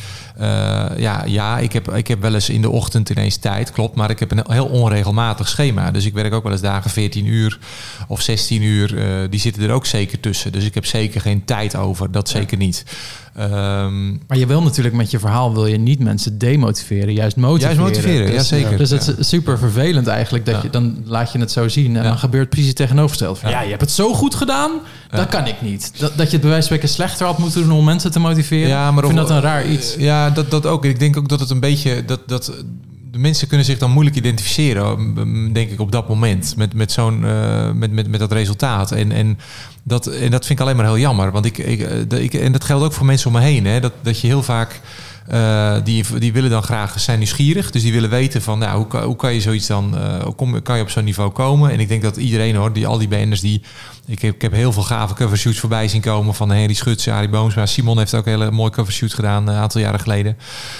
ik heb wel eens in de ochtend ineens tijd, klopt, maar ik heb een heel onregelmatig schema. Dus ik werk ook wel eens dagen 14 uur of 16 uur. Die zitten er ook zeker tussen. Dus ik heb zeker geen tijd over, dat zeker niet. Maar je wil natuurlijk met je verhaal wil je niet mensen demotiveren, juist motiveren. Ja, zeker. Dus het is super vervelend eigenlijk dat je dan laat je het zo zien en dan gebeurt precies het tegenovergestelde. Van, je hebt het zo goed gedaan, dat kan ik niet. Dat je het bij wijze van spreken slechter had moeten doen om mensen te motiveren. Ja, maar ik vind dat een raar iets. Ja, dat ook. Ik denk ook dat het een beetje dat de mensen kunnen zich dan moeilijk identificeren, denk ik, op dat moment met zo'n met dat resultaat. En dat vind ik alleen maar heel jammer. Want en dat geldt ook voor mensen om me heen. Hè, dat je heel vaak die willen dan graag, zijn nieuwsgierig. Dus die willen weten van, hoe kan je zoiets dan, kan je op zo'n niveau komen? En ik denk dat iedereen al die BN'ers ik heb heel veel gave covershoots voorbij zien komen van Henry Schutz, Arie Boomsma. Simon heeft ook een hele mooie covershoot gedaan een aantal jaren geleden.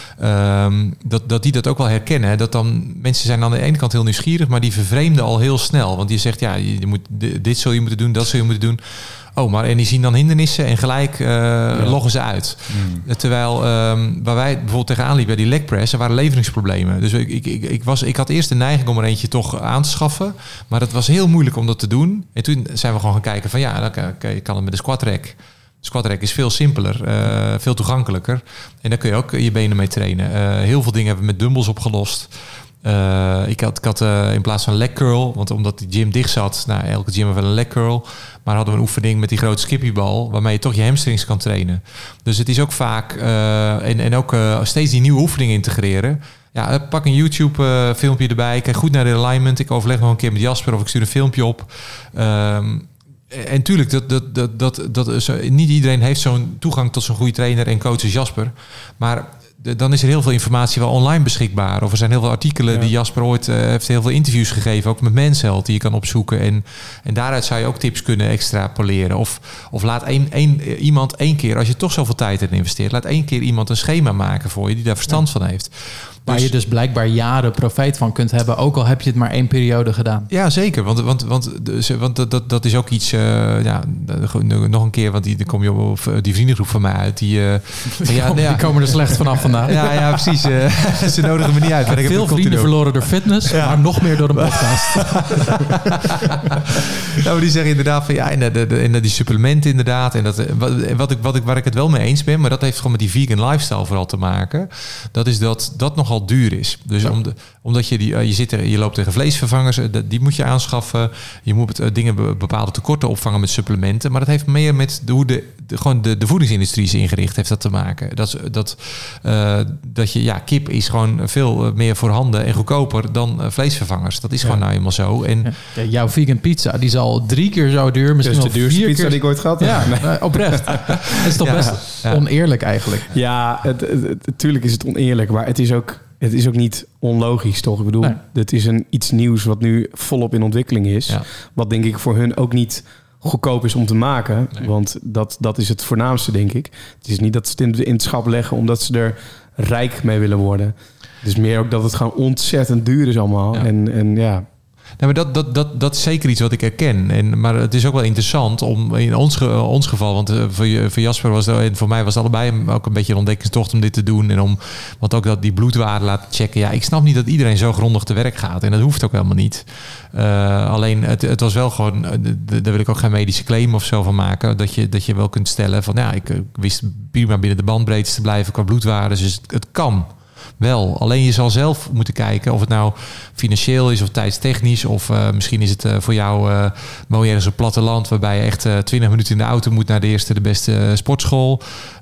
Dat die dat ook wel herkennen. Dat dan mensen zijn aan de ene kant heel nieuwsgierig, maar die vervreemden al heel snel. Want die zegt, je moet, dit zul je moeten doen, dat zul je moeten doen. En die zien dan hindernissen en gelijk loggen ze uit. Terwijl waar wij bijvoorbeeld tegenaan liepen bij die leg press, er waren leveringsproblemen. Dus ik had eerst de neiging om er eentje toch aan te schaffen. Maar het was heel moeilijk om dat te doen. En toen zijn we gewoon gaan kijken van je kan het met de squat rack. De squat rack is veel simpeler, veel toegankelijker. En daar kun je ook je benen mee trainen. Heel veel dingen hebben we met dumbbells opgelost. Ik had in plaats van leg curl, want omdat die gym dicht zat, elke gym heeft wel een leg curl, maar hadden we een oefening met die grote skippybal, waarmee je toch je hamstrings kan trainen. Dus het is ook vaak, en ook steeds die nieuwe oefeningen integreren. Ja, pak een YouTube filmpje erbij, kijk goed naar de alignment. Ik overleg nog een keer met Jasper of ik stuur een filmpje op. En tuurlijk, niet iedereen heeft zo'n toegang tot zo'n goede trainer en coach als Jasper. Maar dan is er heel veel informatie wel online beschikbaar. Of er zijn heel veel artikelen die Jasper ooit heeft heel veel interviews gegeven. Ook met Men's Health die je kan opzoeken. En daaruit zou je ook tips kunnen extrapoleren. Of laat iemand één keer, als je toch zoveel tijd in investeert, laat één keer iemand een schema maken voor je die daar verstand van heeft. Waar je dus blijkbaar jaren profijt van kunt hebben, ook al heb je het maar 1 periode gedaan. Ja, zeker. Want dat is ook iets... nog een keer, want dan kom je op die vriendengroep van mij uit. Die komen er slecht vanaf vandaag. vandaag. Ja, precies. Ze nodigen me niet uit. Maar ik heb veel vrienden verloren door fitness, maar nog meer door de podcast. Maar die zeggen inderdaad van en die supplementen inderdaad. En waar ik het wel mee eens ben, maar dat heeft gewoon met die vegan lifestyle vooral te maken. Dat is dat nogal duur is. Dus omdat je loopt tegen vleesvervangers, die moet je aanschaffen. Je moet bepaalde tekorten opvangen met supplementen. Maar dat heeft meer met hoe de voedingsindustrrie is ingericht, heeft dat te maken. Dat je, kip is gewoon veel meer voorhanden en goedkoper dan vleesvervangers. Dat is gewoon nou eenmaal zo. En jouw vegan pizza, die zal 3 keer zo duur, misschien wel 4 keer. De duurste pizza die ik ooit gehad heb. Ja, oprecht. Dat is toch best oneerlijk eigenlijk. Ja, natuurlijk is het oneerlijk, maar het is ook niet onlogisch, toch? Ik bedoel, het is iets nieuws wat nu volop in ontwikkeling is. Ja. Wat denk ik voor hun ook niet goedkoop is om te maken. Nee. Want dat is het voornaamste, denk ik. Het is niet dat ze het in het schap leggen omdat ze er rijk mee willen worden. Het is meer ook dat het gewoon ontzettend duur is allemaal. Ja. En ja... Nee, maar dat is zeker iets wat ik herken. Maar het is ook wel interessant om in ons geval, want voor Jasper was het, en voor mij was het allebei ook een beetje een ontdekkingstocht om dit te doen. En want ook die bloedwaarde laten checken. Ja, ik snap niet dat iedereen zo grondig te werk gaat. En dat hoeft ook helemaal niet. Alleen het was wel gewoon, daar wil ik ook geen medische claim of zo van maken. Dat je wel kunt stellen van ik wist prima binnen de bandbreedte te blijven qua bloedwaardes. Dus het kan. Wel, alleen je zal zelf moeten kijken of het nou financieel is of tijdstechnisch. Of misschien is het voor jou mooi ergens op platteland waarbij je echt 20 minuten in de auto moet naar de beste sportschool.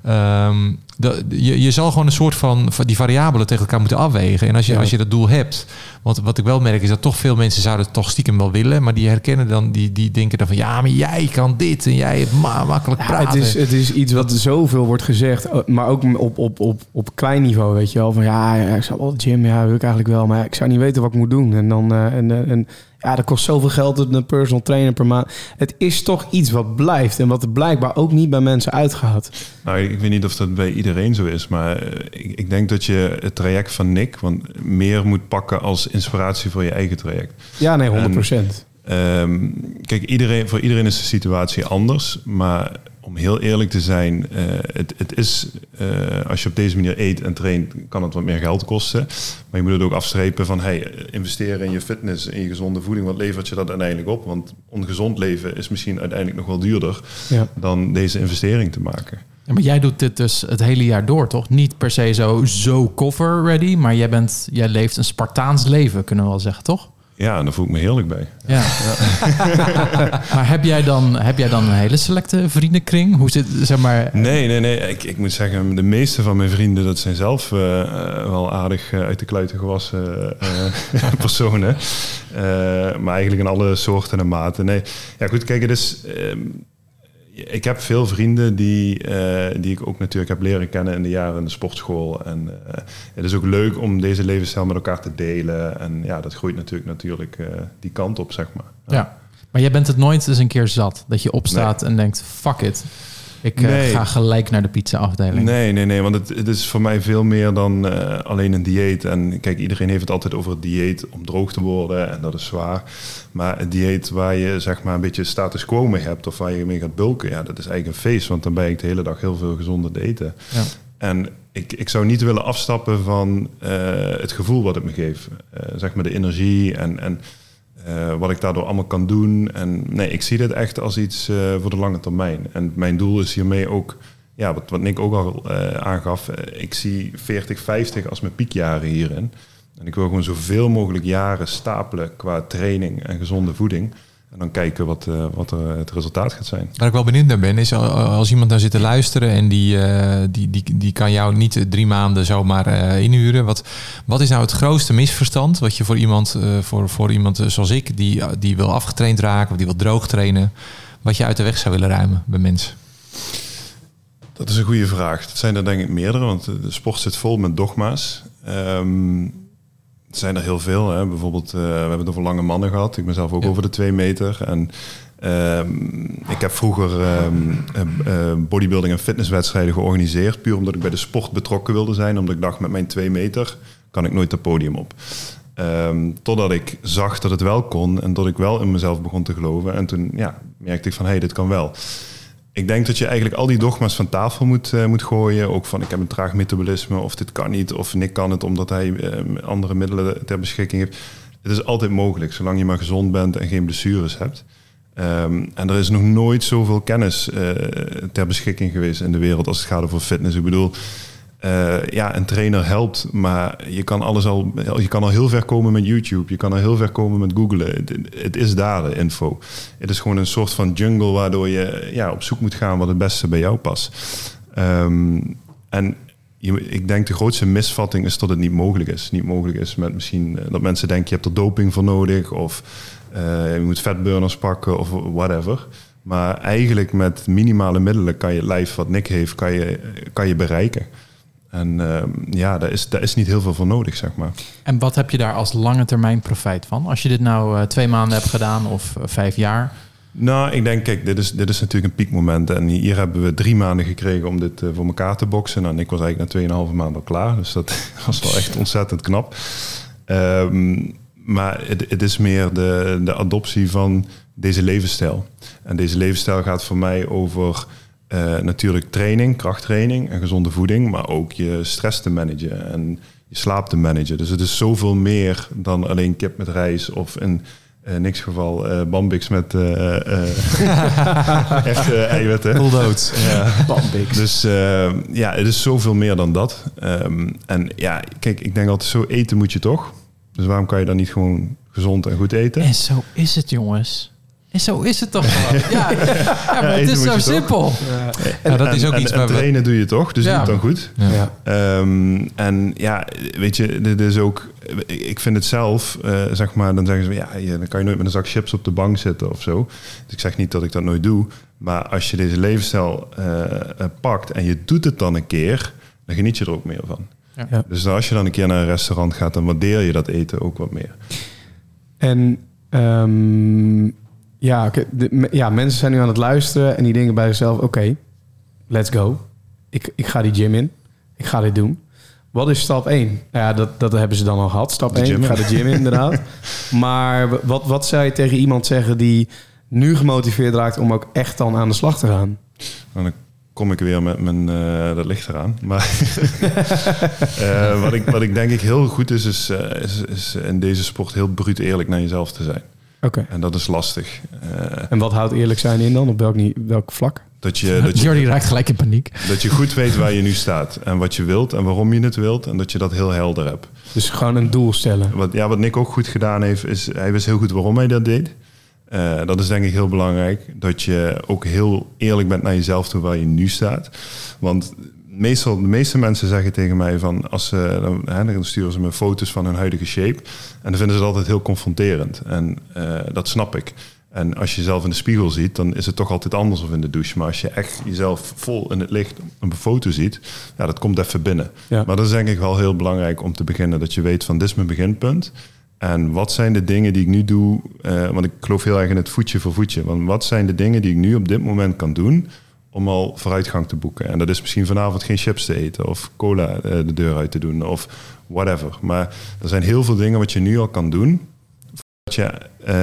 Je zal gewoon een soort van die variabelen tegen elkaar moeten afwegen. En als je dat doel hebt, want wat ik wel merk is dat toch veel mensen zouden het toch stiekem wel willen, maar die herkennen dan, die denken dan van maar jij kan dit en jij hebt makkelijk praten. Het is iets wat zoveel wordt gezegd, maar ook op klein niveau, weet je wel. Van ik zou wel gym, wil ik eigenlijk wel, maar ik zou niet weten wat ik moet doen. En dan dat kost zoveel geld, een personal trainer per maand. Het is toch iets wat blijft en wat er blijkbaar ook niet bij mensen uitgaat. Nou, ik weet niet of dat bij iedereen zo is, maar ik denk dat je het traject van Nick meer moet pakken als inspiratie voor je eigen traject. Ja, nee, 100%. Kijk, voor iedereen is de situatie anders, maar om heel eerlijk te zijn, het is, als je op deze manier eet en traint, kan het wat meer geld kosten. Maar je moet het ook afstrepen van, investeren in je fitness, in je gezonde voeding. Wat levert je dat uiteindelijk op? Want ongezond leven is misschien uiteindelijk nog wel duurder dan deze investering te maken. Ja, maar jij doet dit dus het hele jaar door, toch? Niet per se zo cover ready, maar jij leeft een Spartaans leven, kunnen we wel zeggen, toch? Ja, en daar voel ik me heerlijk bij. Ja. Maar heb jij dan een hele selecte vriendenkring? Hoe zit, zeg maar... Nee. Ik moet zeggen, de meeste van mijn vrienden, dat zijn zelf wel aardig uit de kluiten gewassen personen. Maar eigenlijk in alle soorten en maten. Nee, ja goed, kijk, het is... Ik heb veel vrienden die ik ook natuurlijk heb leren kennen in de jaren in de sportschool. En het is ook leuk om deze levensstijl met elkaar te delen. En dat groeit natuurlijk die kant op, zeg maar. Ja, maar jij bent het nooit eens een keer zat? Dat je opstaat en denkt, fuck it. Ik ga gelijk naar de pizza-afdeling. Nee, want het is voor mij veel meer dan alleen een dieet. En kijk, iedereen heeft het altijd over het dieet om droog te worden. En dat is zwaar. Maar het dieet waar je zeg maar een beetje status quo mee hebt of waar je mee gaat bulken, dat is eigenlijk een feest. Want dan ben ik de hele dag heel veel gezonder te eten. Ja. En ik zou niet willen afstappen van het gevoel wat het me geeft. Zeg maar de energie en wat ik daardoor allemaal kan doen. En nee, ik zie dit echt als iets voor de lange termijn. En mijn doel is hiermee ook, wat Nick ook al aangaf, ik zie 40, 50 als mijn piekjaren hierin. En ik wil gewoon zoveel mogelijk jaren stapelen qua training en gezonde voeding. En dan kijken wat het resultaat gaat zijn. Waar ik wel benieuwd naar ben, is als iemand nou zit te luisteren en die kan jou niet 3 maanden zomaar inhuren. Wat is nou het grootste misverstand wat je voor iemand zoals ik, die wil afgetraind raken of die wil droog trainen, wat je uit de weg zou willen ruimen bij mensen? Dat is een goede vraag. Dat zijn er denk ik meerdere, want de sport zit vol met dogma's. Er zijn er heel veel. Hè. Bijvoorbeeld, we hebben het over lange mannen gehad. Ik ben zelf ook over de 2 meter. En ik heb vroeger bodybuilding en fitnesswedstrijden georganiseerd. Puur omdat ik bij de sport betrokken wilde zijn. Omdat ik dacht, met mijn 2 meter kan ik nooit het podium op. Totdat ik zag dat het wel kon. En dat ik wel in mezelf begon te geloven. En toen merkte ik van, dit kan wel. ik denk dat je eigenlijk al die dogma's van tafel moet gooien. Ook van ik heb een traag metabolisme of dit kan niet. Of Nick kan het omdat hij andere middelen ter beschikking heeft. Het is altijd mogelijk, zolang je maar gezond bent en geen blessures hebt. En er is nog nooit zoveel kennis ter beschikking geweest in de wereld als het gaat over fitness. Ik bedoel, een trainer helpt, maar je kan al heel ver komen met YouTube. Je kan al heel ver komen met googlen. Het is daar, de info. Het is gewoon een soort van jungle waardoor je op zoek moet gaan wat het beste bij jou past. Ik denk de grootste misvatting is dat het niet mogelijk is. Niet mogelijk is met misschien dat mensen denken je hebt er doping voor nodig of je moet fatburners pakken of whatever. Maar eigenlijk met minimale middelen kan je het lijf wat Nick heeft, kan je bereiken. En daar is niet heel veel voor nodig, zeg maar. En wat heb je daar als lange termijn profijt van? Als je dit nou 2 maanden hebt gedaan of 5 jaar? Nou, ik denk, kijk, dit is natuurlijk een piekmoment. En hier hebben we 3 maanden gekregen om dit voor elkaar te boksen. Nou, Nick was eigenlijk na 2,5 maanden al klaar. Dus dat was wel echt ontzettend knap. Maar het is meer de adoptie van deze levensstijl. En deze levensstijl gaat voor mij over natuurlijk training, krachttraining en gezonde voeding. Maar ook je stress te managen en je slaap te managen. Dus het is zoveel meer dan alleen kip met rijst of in Niks geval Bambix met echte eiwitten. Bulldood. Bambix. Dus het is zoveel meer dan dat. Kijk, ik denk altijd zo eten moet je toch. Dus waarom kan je dan niet gewoon gezond en goed eten? En zo is het, jongens. En zo is het toch gewoon. Maar het is zo simpel. Dat is ook iets waar trainen doe je toch, dus doe het dan goed. Ja. Weet je, dit is ook... Ik vind het zelf, zeg maar, dan zeggen ze... dan kan je nooit met een zak chips op de bank zitten of zo. Dus ik zeg niet dat ik dat nooit doe. Maar als je deze levensstijl pakt en je doet het dan een keer... dan geniet je er ook meer van. Ja. Dus als je dan een keer naar een restaurant gaat... dan waardeer je dat eten ook wat meer. En... mensen zijn nu aan het luisteren en die denken bij zichzelf... Oké, let's go. Ik ga die gym in. Ik ga dit doen. Wat is stap 1? Nou ja, dat hebben ze dan al gehad. Stap 1, ik ga de gym in, inderdaad. Maar wat zou je tegen iemand zeggen die nu gemotiveerd raakt... om ook echt dan aan de slag te gaan? Dan kom ik weer met mijn... dat ligt eraan. Maar wat ik denk ik heel goed is in deze sport heel bruut eerlijk naar jezelf te zijn. Okay. En dat is lastig. En wat houdt eerlijk zijn in dan? Op welk vlak? Jordi raakt gelijk in paniek. Dat je goed weet waar je nu staat. En wat je wilt en waarom je het wilt. En dat je dat heel helder hebt. Dus gewoon een doel stellen. Wat Nick ook goed gedaan heeft, is hij wist heel goed waarom hij dat deed. Dat is denk ik heel belangrijk. Dat je ook heel eerlijk bent naar jezelf toe waar je nu staat. Want de meeste mensen zeggen tegen mij van... dan sturen ze me foto's van hun huidige shape. En dan vinden ze het altijd heel confronterend. En dat snap ik. En als je jezelf in de spiegel ziet... dan is het toch altijd anders of in de douche. Maar als je echt jezelf vol in het licht op een foto ziet... dat komt even binnen. Ja. Maar dat is denk ik wel heel belangrijk om te beginnen. Dat je weet van, dit is mijn beginpunt. En wat zijn de dingen die ik nu doe... want ik geloof heel erg in het voetje voor voetje. Want wat zijn de dingen die ik nu op dit moment kan doen... om al vooruitgang te boeken. En dat is misschien vanavond geen chips te eten... of cola de deur uit te doen of whatever. Maar er zijn heel veel dingen wat je nu al kan doen... dat je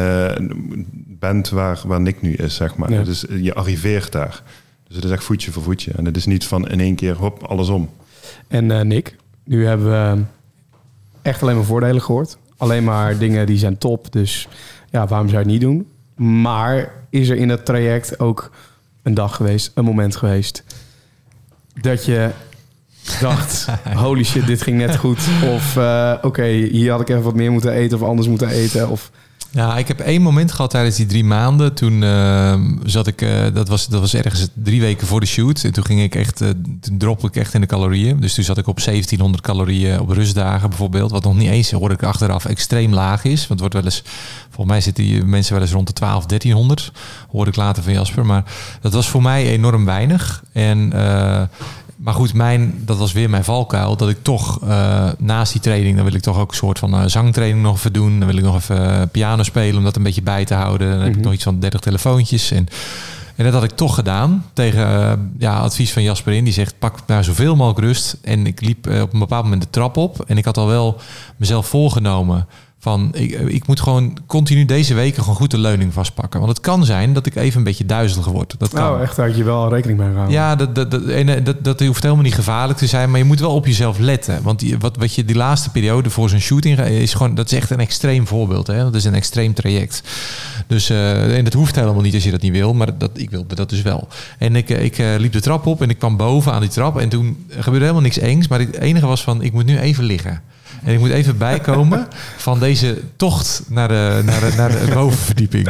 bent waar Nick nu is, zeg maar. Ja. Dus je arriveert daar. Dus het is echt voetje voor voetje. En het is niet van in één keer, hop, alles om. En Nick, nu hebben we echt alleen maar voordelen gehoord. Alleen maar dingen die zijn top. Dus ja, waarom zou je het niet doen? Maar is er in dat traject ook... een dag geweest, een moment geweest... dat je dacht... holy shit, dit ging net goed. Of oké, hier had ik even wat meer moeten eten... of anders moeten eten. Of... Ja, ik heb 1 moment gehad tijdens die 3 maanden. Toen zat ik... dat was ergens 3 weken voor de shoot. En toen ging ik echt... toen dropte ik echt in de calorieën. Dus toen zat ik op 1700 calorieën op rustdagen bijvoorbeeld. Wat nog niet eens, hoor ik achteraf, extreem laag is. Want het wordt wel eens... Volgens mij zitten die mensen wel eens rond de 1300. Hoorde ik later van Jasper. Maar dat was voor mij enorm weinig. En... maar goed, dat was weer mijn valkuil. Dat ik toch naast die training... dan wil ik toch ook een soort van zangtraining nog even doen. Dan wil ik nog even piano spelen om dat een beetje bij te houden. Dan heb ik nog iets van 30 telefoontjes. En dat had ik toch gedaan. Tegen advies van Jasper in. Die zegt, pak nou zoveel mogelijk rust. En ik liep op een bepaald moment de trap op. En ik had al wel mezelf voorgenomen... van ik moet gewoon continu deze weken gewoon goed de leuning vastpakken. Want het kan zijn dat ik even een beetje duizelig word. Dat kan. Nou, echt, daar had je wel rekening mee gehouden. Ja, dat hoeft helemaal niet gevaarlijk te zijn, maar je moet wel op jezelf letten. Want wat je die laatste periode voor zo'n shooting is gewoon, dat is echt een extreem voorbeeld. Hè? Dat is een extreem traject. Dus en dat hoeft helemaal niet als je dat niet wil, maar ik wilde dat dus wel. En ik liep de trap op en ik kwam boven aan die trap en toen gebeurde helemaal niks engs, maar het enige was van, ik moet nu even liggen. En ik moet even bijkomen van deze tocht naar de bovenverdieping.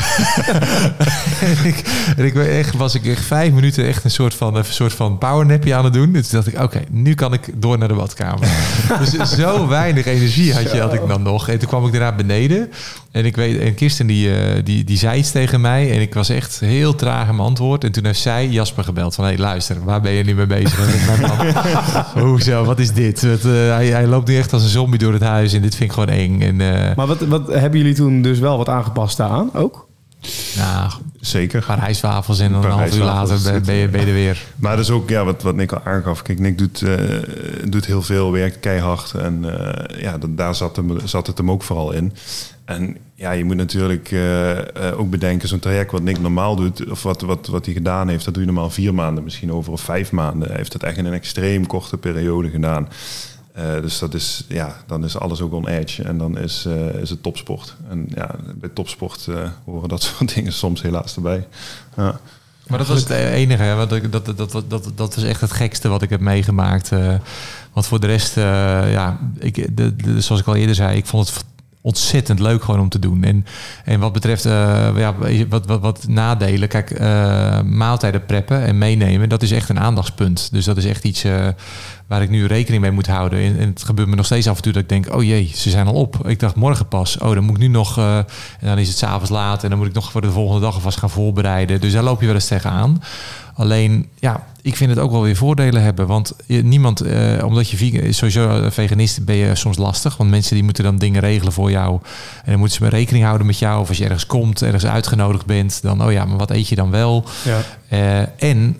was ik echt 5 minuten echt een soort van powernapje aan het doen. Dus dacht ik, oké, nu kan ik door naar de badkamer. Dus zo weinig energie had ik dan nog. En toen kwam ik daarna beneden. En Kirsten die zei iets tegen mij. En ik was echt heel traag in mijn antwoord. En toen heeft zij Jasper gebeld van, hey, luister, waar ben je nu mee bezig? Hoezo, wat is dit? Hij loopt nu echt als een zombie door het huis. En dit vind ik gewoon eng. En, maar wat hebben jullie toen dus wel wat aangepast aan ook? Nou, zeker. Een paar rijstwafels en dan een half uur later ben je er weer. Maar dat is ook wat Nick al aangaf. Kijk, Nick doet heel veel, werkt keihard. En daar zat het hem ook vooral in. En ja, je moet natuurlijk ook bedenken, zo'n traject wat Nick normaal doet, of wat hij gedaan heeft, dat doe je normaal 4 maanden misschien over, of 5 maanden. Hij heeft het echt in een extreem korte periode gedaan. Dus dat is, dan is alles ook on edge. En dan is het topsport. En ja, bij topsport horen dat soort dingen soms helaas erbij. Ja. Maar dat was het enige. Hè? Dat was echt het gekste wat ik heb meegemaakt. Want voor de rest, zoals ik al eerder zei, ik vond het ontzettend leuk gewoon om te doen. En wat betreft wat nadelen, kijk, maaltijden preppen en meenemen, dat is echt een aandachtspunt. Dus dat is echt iets waar ik nu rekening mee moet houden. En het gebeurt me nog steeds af en toe dat ik denk, oh jee, ze zijn al op. Ik dacht morgen pas. Oh, dan moet ik nu nog, en dan is het 's avonds laat en dan moet ik nog voor de volgende dag alvast gaan voorbereiden. Dus daar loop je wel eens tegenaan. Alleen, ja, ik vind het ook wel weer voordelen hebben. Want niemand, omdat je sowieso veganist ben je soms lastig. Want mensen die moeten dan dingen regelen voor jou. En dan moeten ze rekening houden met jou. Of als je ergens komt, ergens uitgenodigd bent. Dan, oh ja, maar wat eet je dan wel? Ja.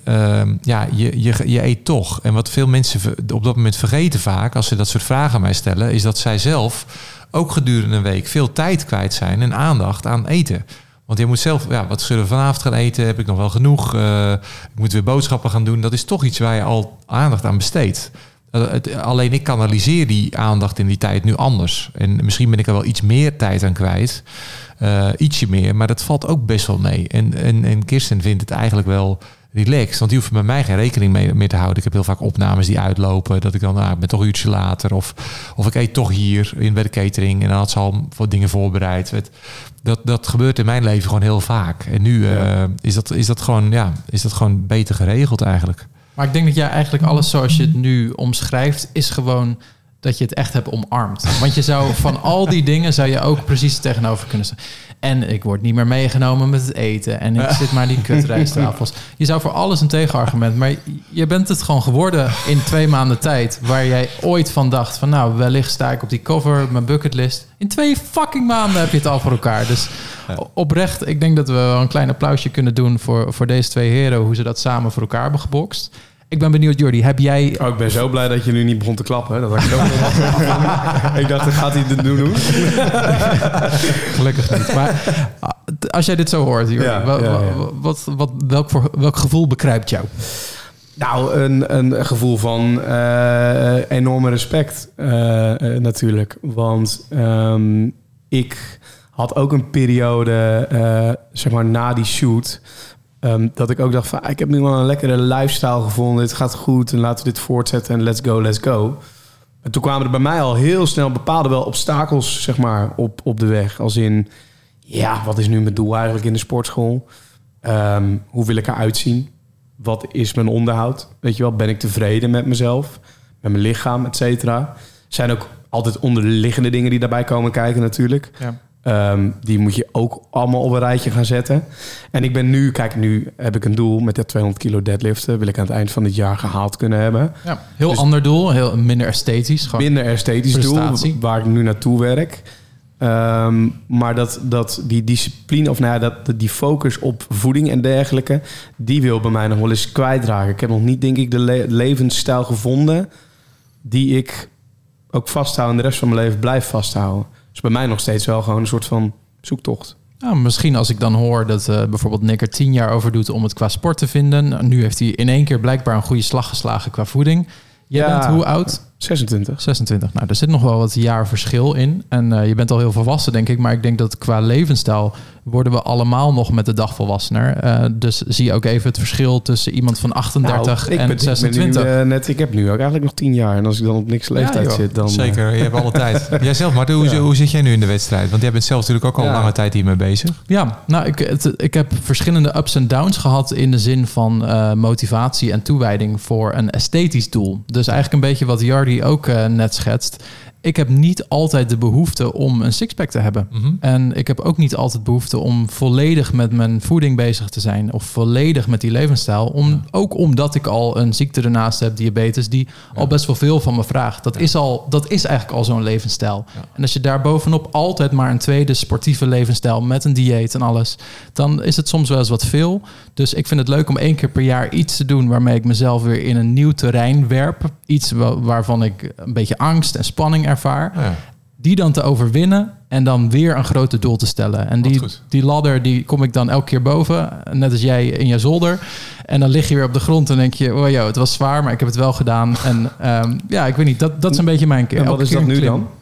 Je eet toch. En wat veel mensen op dat moment vergeten vaak, als ze dat soort vragen aan mij stellen, is dat zij zelf ook gedurende een week veel tijd kwijt zijn en aandacht aan eten. Want je moet zelf, wat zullen we vanavond gaan eten? Heb ik nog wel genoeg? Ik moet weer boodschappen gaan doen. Dat is toch iets waar je al aandacht aan besteedt. Alleen ik kanaliseer die aandacht in die tijd nu anders. En misschien ben ik er wel iets meer tijd aan kwijt. Ietsje meer, maar dat valt ook best wel mee. En Kirsten vindt het eigenlijk wel relaxed. Want die hoeft bij mij geen rekening mee te houden. Ik heb heel vaak opnames die uitlopen. Dat ik dan, ik ben toch een uurtje later. Of ik eet toch hier bij de catering. En dan had ze al wat dingen voorbereid. Dat gebeurt in mijn leven gewoon heel vaak. En nu is dat gewoon beter geregeld eigenlijk. Maar ik denk dat jij eigenlijk alles zoals je het nu omschrijft, is gewoon dat je het echt hebt omarmd. Want je zou van al die dingen zou je ook precies tegenover kunnen staan. En ik word niet meer meegenomen met het eten. En ik zit maar die kutrijstwafels. Je zou voor alles een tegenargument. Maar je bent het gewoon geworden in 2 maanden tijd. Waar jij ooit van dacht van nou, wellicht sta ik op die cover, mijn bucketlist. In 2 fucking maanden heb je het al voor elkaar. Dus oprecht, ik denk dat we wel een klein applausje kunnen doen voor deze 2 heren. Hoe ze dat samen voor elkaar hebben gebokst. Ik ben benieuwd, Jordi, heb jij... Oh, ik ben zo blij dat je nu niet begon te klappen. Dat had ik ook ik dacht, dat gaat hij het doen. Gelukkig niet. Maar als jij dit zo hoort, Jordi, welk gevoel bekruipt jou? Nou, een gevoel van enorme respect natuurlijk. Want ik had ook een periode, zeg maar na die shoot, dat ik ook dacht van, ik heb nu wel een lekkere lifestyle gevonden. Het gaat goed en laten we dit voortzetten en let's go. En toen kwamen er bij mij al heel snel bepaalde wel obstakels, zeg maar, op de weg. Als in, wat is nu mijn doel eigenlijk in de sportschool? Hoe wil ik eruit zien? Wat is mijn onderhoud? Weet je wel, ben ik tevreden met mezelf? Met mijn lichaam, et cetera? Zijn ook altijd onderliggende dingen die daarbij komen kijken natuurlijk. Ja. Die moet je ook allemaal op een rijtje gaan zetten. En ik ben nu heb ik een doel met dat 200 kilo deadliften. Wil ik aan het eind van dit jaar gehaald kunnen hebben. Ja, heel ander doel, heel minder esthetisch. Minder esthetisch prestatie. Doel, waar ik nu naartoe werk. Maar dat die discipline, of die focus op voeding en dergelijke, die wil bij mij nog wel eens kwijtraken. Ik heb nog niet, denk ik, de levensstijl gevonden die ik ook vasthoud en de rest van mijn leven blijf vasthouden. Dus bij mij nog steeds wel gewoon een soort van zoektocht. Nou, misschien als ik dan hoor dat bijvoorbeeld Nick er 10 jaar over doet om het qua sport te vinden. Nou, nu heeft hij in 1 keer blijkbaar een goede slag geslagen qua voeding. Jij bent hoe oud? 26. 26. Nou, er zit nog wel wat jaar verschil in. En je bent al heel volwassen, denk ik. Maar ik denk dat qua levensstijl worden we allemaal nog met de dag volwassener. Dus zie je ook even het verschil tussen iemand van 38 en 26. Ik heb nu ook eigenlijk nog 10 jaar. En als ik dan op niks leeftijd zit, dan... Zeker, je hebt alle tijd. Jij zelf, Marten, hoe zit jij nu in de wedstrijd? Want jij bent zelf natuurlijk ook al lange tijd hiermee bezig. Ja, nou, ik heb verschillende ups en downs gehad in de zin van motivatie en toewijding voor een esthetisch doel. Dus eigenlijk een beetje wat Jardy ook net schetst. Ik heb niet altijd de behoefte om een sixpack te hebben. Mm-hmm. En ik heb ook niet altijd behoefte om volledig met mijn voeding bezig te zijn. Of volledig met die levensstijl. Ook omdat ik al een ziekte ernaast heb, diabetes, die al best wel veel van me vraagt. Dat is eigenlijk al zo'n levensstijl. Ja. En als je daar bovenop altijd maar een tweede sportieve levensstijl met een dieet en alles, dan is het soms wel eens wat veel. Dus ik vind het leuk om 1 keer per jaar iets te doen waarmee ik mezelf weer in een nieuw terrein werp. Iets waarvan ik een beetje angst en spanning ervaar. Ja. Die dan te overwinnen en dan weer een groter doel te stellen. En die ladder, die kom ik dan elke keer boven. Net als jij in je zolder. En dan lig je weer op de grond en denk je, oh joh, het was zwaar, maar ik heb het wel gedaan. En ik weet niet, dat is een beetje mijn keer. En wat is dat nu dan?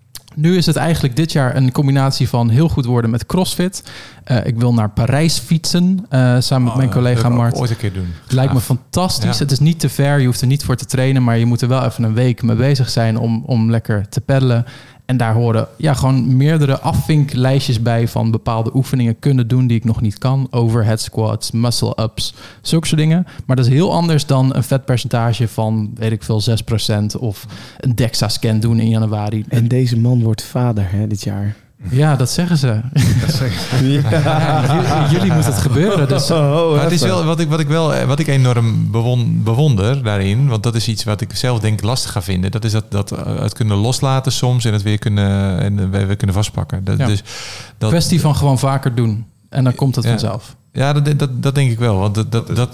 Nu is het eigenlijk dit jaar een combinatie van heel goed worden met CrossFit. Ik wil naar Parijs fietsen, samen met mijn collega Mart. Dat ooit een keer doen. Het lijkt me fantastisch. Ja. Het is niet te ver, je hoeft er niet voor te trainen, maar je moet er wel even een week mee bezig zijn om lekker te peddelen. En daar horen gewoon meerdere afvinklijstjes bij van bepaalde oefeningen kunnen doen die ik nog niet kan. Overhead squats, muscle-ups, zulke soort dingen. Maar dat is heel anders dan een vetpercentage van, weet ik veel, 6% of een DEXA-scan doen in januari. En deze man wordt vader dit jaar. Ja, dat zeggen ze. Jullie moet het gebeuren. Dus. Maar het is wel wat ik enorm bewonder daarin, want dat is iets wat ik zelf denk lastig ga vinden. Dat is dat het kunnen loslaten soms en het weer weer kunnen vastpakken. Dus kwestie van gewoon vaker doen en dan komt het vanzelf. Ja, dat denk ik wel. Want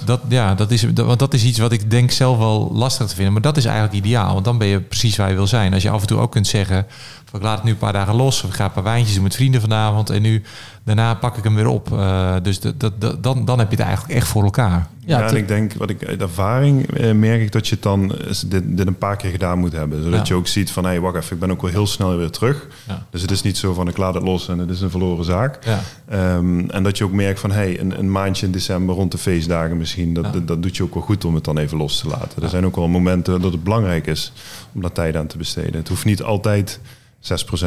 dat is iets wat ik denk zelf wel lastig te vinden. Maar dat is eigenlijk ideaal. Want dan ben je precies waar je wil zijn. Als je af en toe ook kunt zeggen, ik laat het nu een paar dagen los. Of ik ga een paar wijntjes doen met vrienden vanavond. En daarna pak ik hem weer op. Dus dan heb je het eigenlijk echt voor elkaar. Ja, en ik denk, wat ik uit ervaring merk ik dat je het dan dit een paar keer gedaan moet hebben. Zodat je ook ziet van, wacht even, ik ben ook wel heel snel weer terug. Ja. Dus het is niet zo van, ik laat het los en het is een verloren zaak. Ja. En dat je ook merkt van, een maandje in december rond de feestdagen misschien, dat doet je ook wel goed om het dan even los te laten. Ja. Er zijn ook wel momenten dat het belangrijk is om daar tijd aan te besteden. Het hoeft niet altijd 6%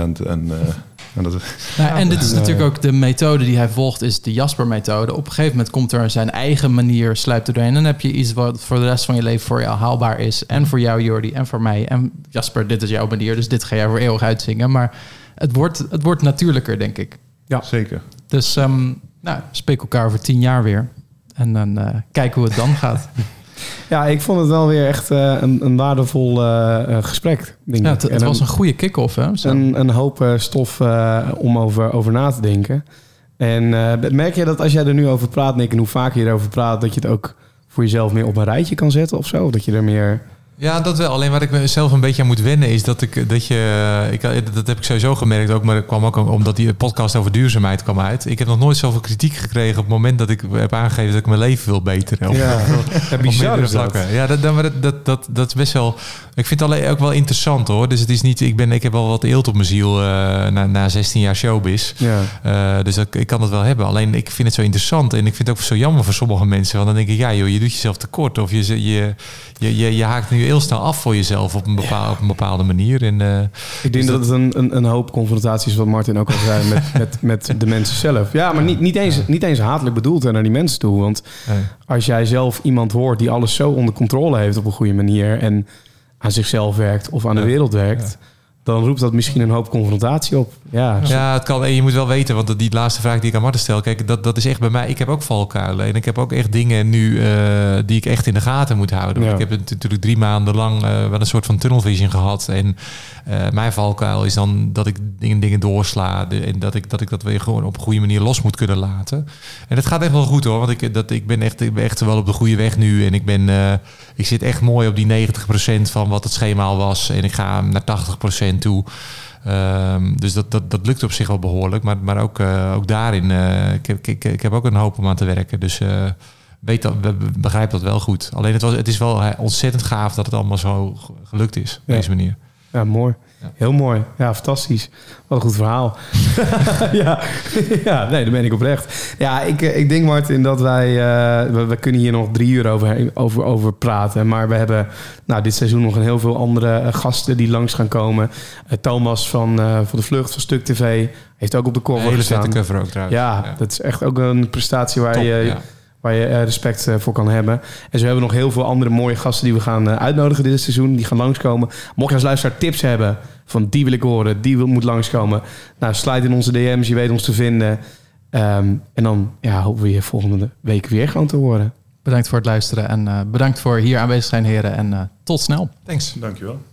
en dit is natuurlijk ook de methode die hij volgt, is de Jasper-methode. Op een gegeven moment komt er zijn eigen manier, sluipt er doorheen. En dan heb je iets wat voor de rest van je leven voor jou haalbaar is. En voor jou, Jordi, en voor mij. En Jasper, dit is jouw manier, dus dit ga jij voor eeuwig uitzingen. Maar het wordt natuurlijker, denk ik. Ja, zeker. Dus spreek elkaar over 10 jaar weer. En dan kijken hoe het dan gaat. Ja, ik vond het wel weer echt een waardevol gesprek. Denk ik. Het was een goede kick-off. Hè? Een hoop stof om over na te denken. En merk je dat als jij er nu over praat, Nick, en hoe vaker je erover praat, dat je het ook voor jezelf meer op een rijtje kan zetten of zo? Of dat je er meer... Ja, dat wel. Alleen waar ik mezelf een beetje aan moet wennen is dat dat heb ik sowieso gemerkt ook, maar dat kwam ook omdat die podcast over duurzaamheid kwam uit. Ik heb nog nooit zoveel kritiek gekregen op het moment dat ik heb aangegeven dat ik mijn leven wil beteren. Bizar is dat. Ja, dat is best wel. Ik vind het alleen ook wel interessant hoor. Dus het is niet. Ik heb wel wat eelt op mijn ziel na 16 jaar showbiz. Ja. Dus ik kan het wel hebben. Alleen ik vind het zo interessant en ik vind het ook zo jammer voor sommige mensen. Want dan denk ik, je doet jezelf tekort of je haakt nu heel snel af voor jezelf op een bepaalde manier. En, ik denk dat het een hoop confrontaties is wat Martin ook al zei met de mensen zelf. Ja, maar niet eens hatelijk bedoeld naar die mensen toe. Want als jij zelf iemand hoort die alles zo onder controle heeft op een goede manier en aan zichzelf werkt of aan de wereld werkt, dan roept dat misschien een hoop confrontatie op. Ja, het kan. En je moet wel weten, want die laatste vraag die ik aan Marten stel, kijk, dat is echt bij mij. Ik heb ook valkuilen en ik heb ook echt dingen nu die ik echt in de gaten moet houden. Ja. Ik heb natuurlijk 3 maanden lang wel een soort van tunnelvision gehad. En mijn valkuil is dan dat ik dingen doorsla en dat ik dat weer gewoon op een goede manier los moet kunnen laten. En het gaat echt wel goed hoor, want ik ben echt wel op de goede weg nu en ik zit echt mooi op die 90% van wat het schema al was en ik ga naar 80% toe. Dus dat lukt op zich wel behoorlijk. Maar ook daarin, ik heb ook een hoop om aan te werken. Dus begrijp dat wel goed. Alleen het is wel ontzettend gaaf dat het allemaal zo gelukt is op deze manier. Ja, mooi. Ja. Heel mooi. Ja, fantastisch. Wat een goed verhaal. ja, nee, daar ben ik oprecht. Ja, ik denk, Martin, dat we kunnen hier nog 3 uur over praten. Maar we hebben dit seizoen nog een heel veel andere gasten die langs gaan komen. Thomas van de Vlucht van Stuk TV heeft ook op de cover gestaan. Hele vette cover ook trouwens. Ja, dat is echt ook een prestatie waar je respect voor kan hebben. En zo hebben we nog heel veel andere mooie gasten die we gaan uitnodigen dit seizoen. Die gaan langskomen. Mocht je als luisteraar tips hebben van die wil ik horen, moet langskomen. Sluit in onze DM's, je weet ons te vinden. En dan hopen we je volgende week weer gewoon te horen. Bedankt voor het luisteren en bedankt voor hier aanwezig zijn, heren. En tot snel. Thanks. Dankjewel.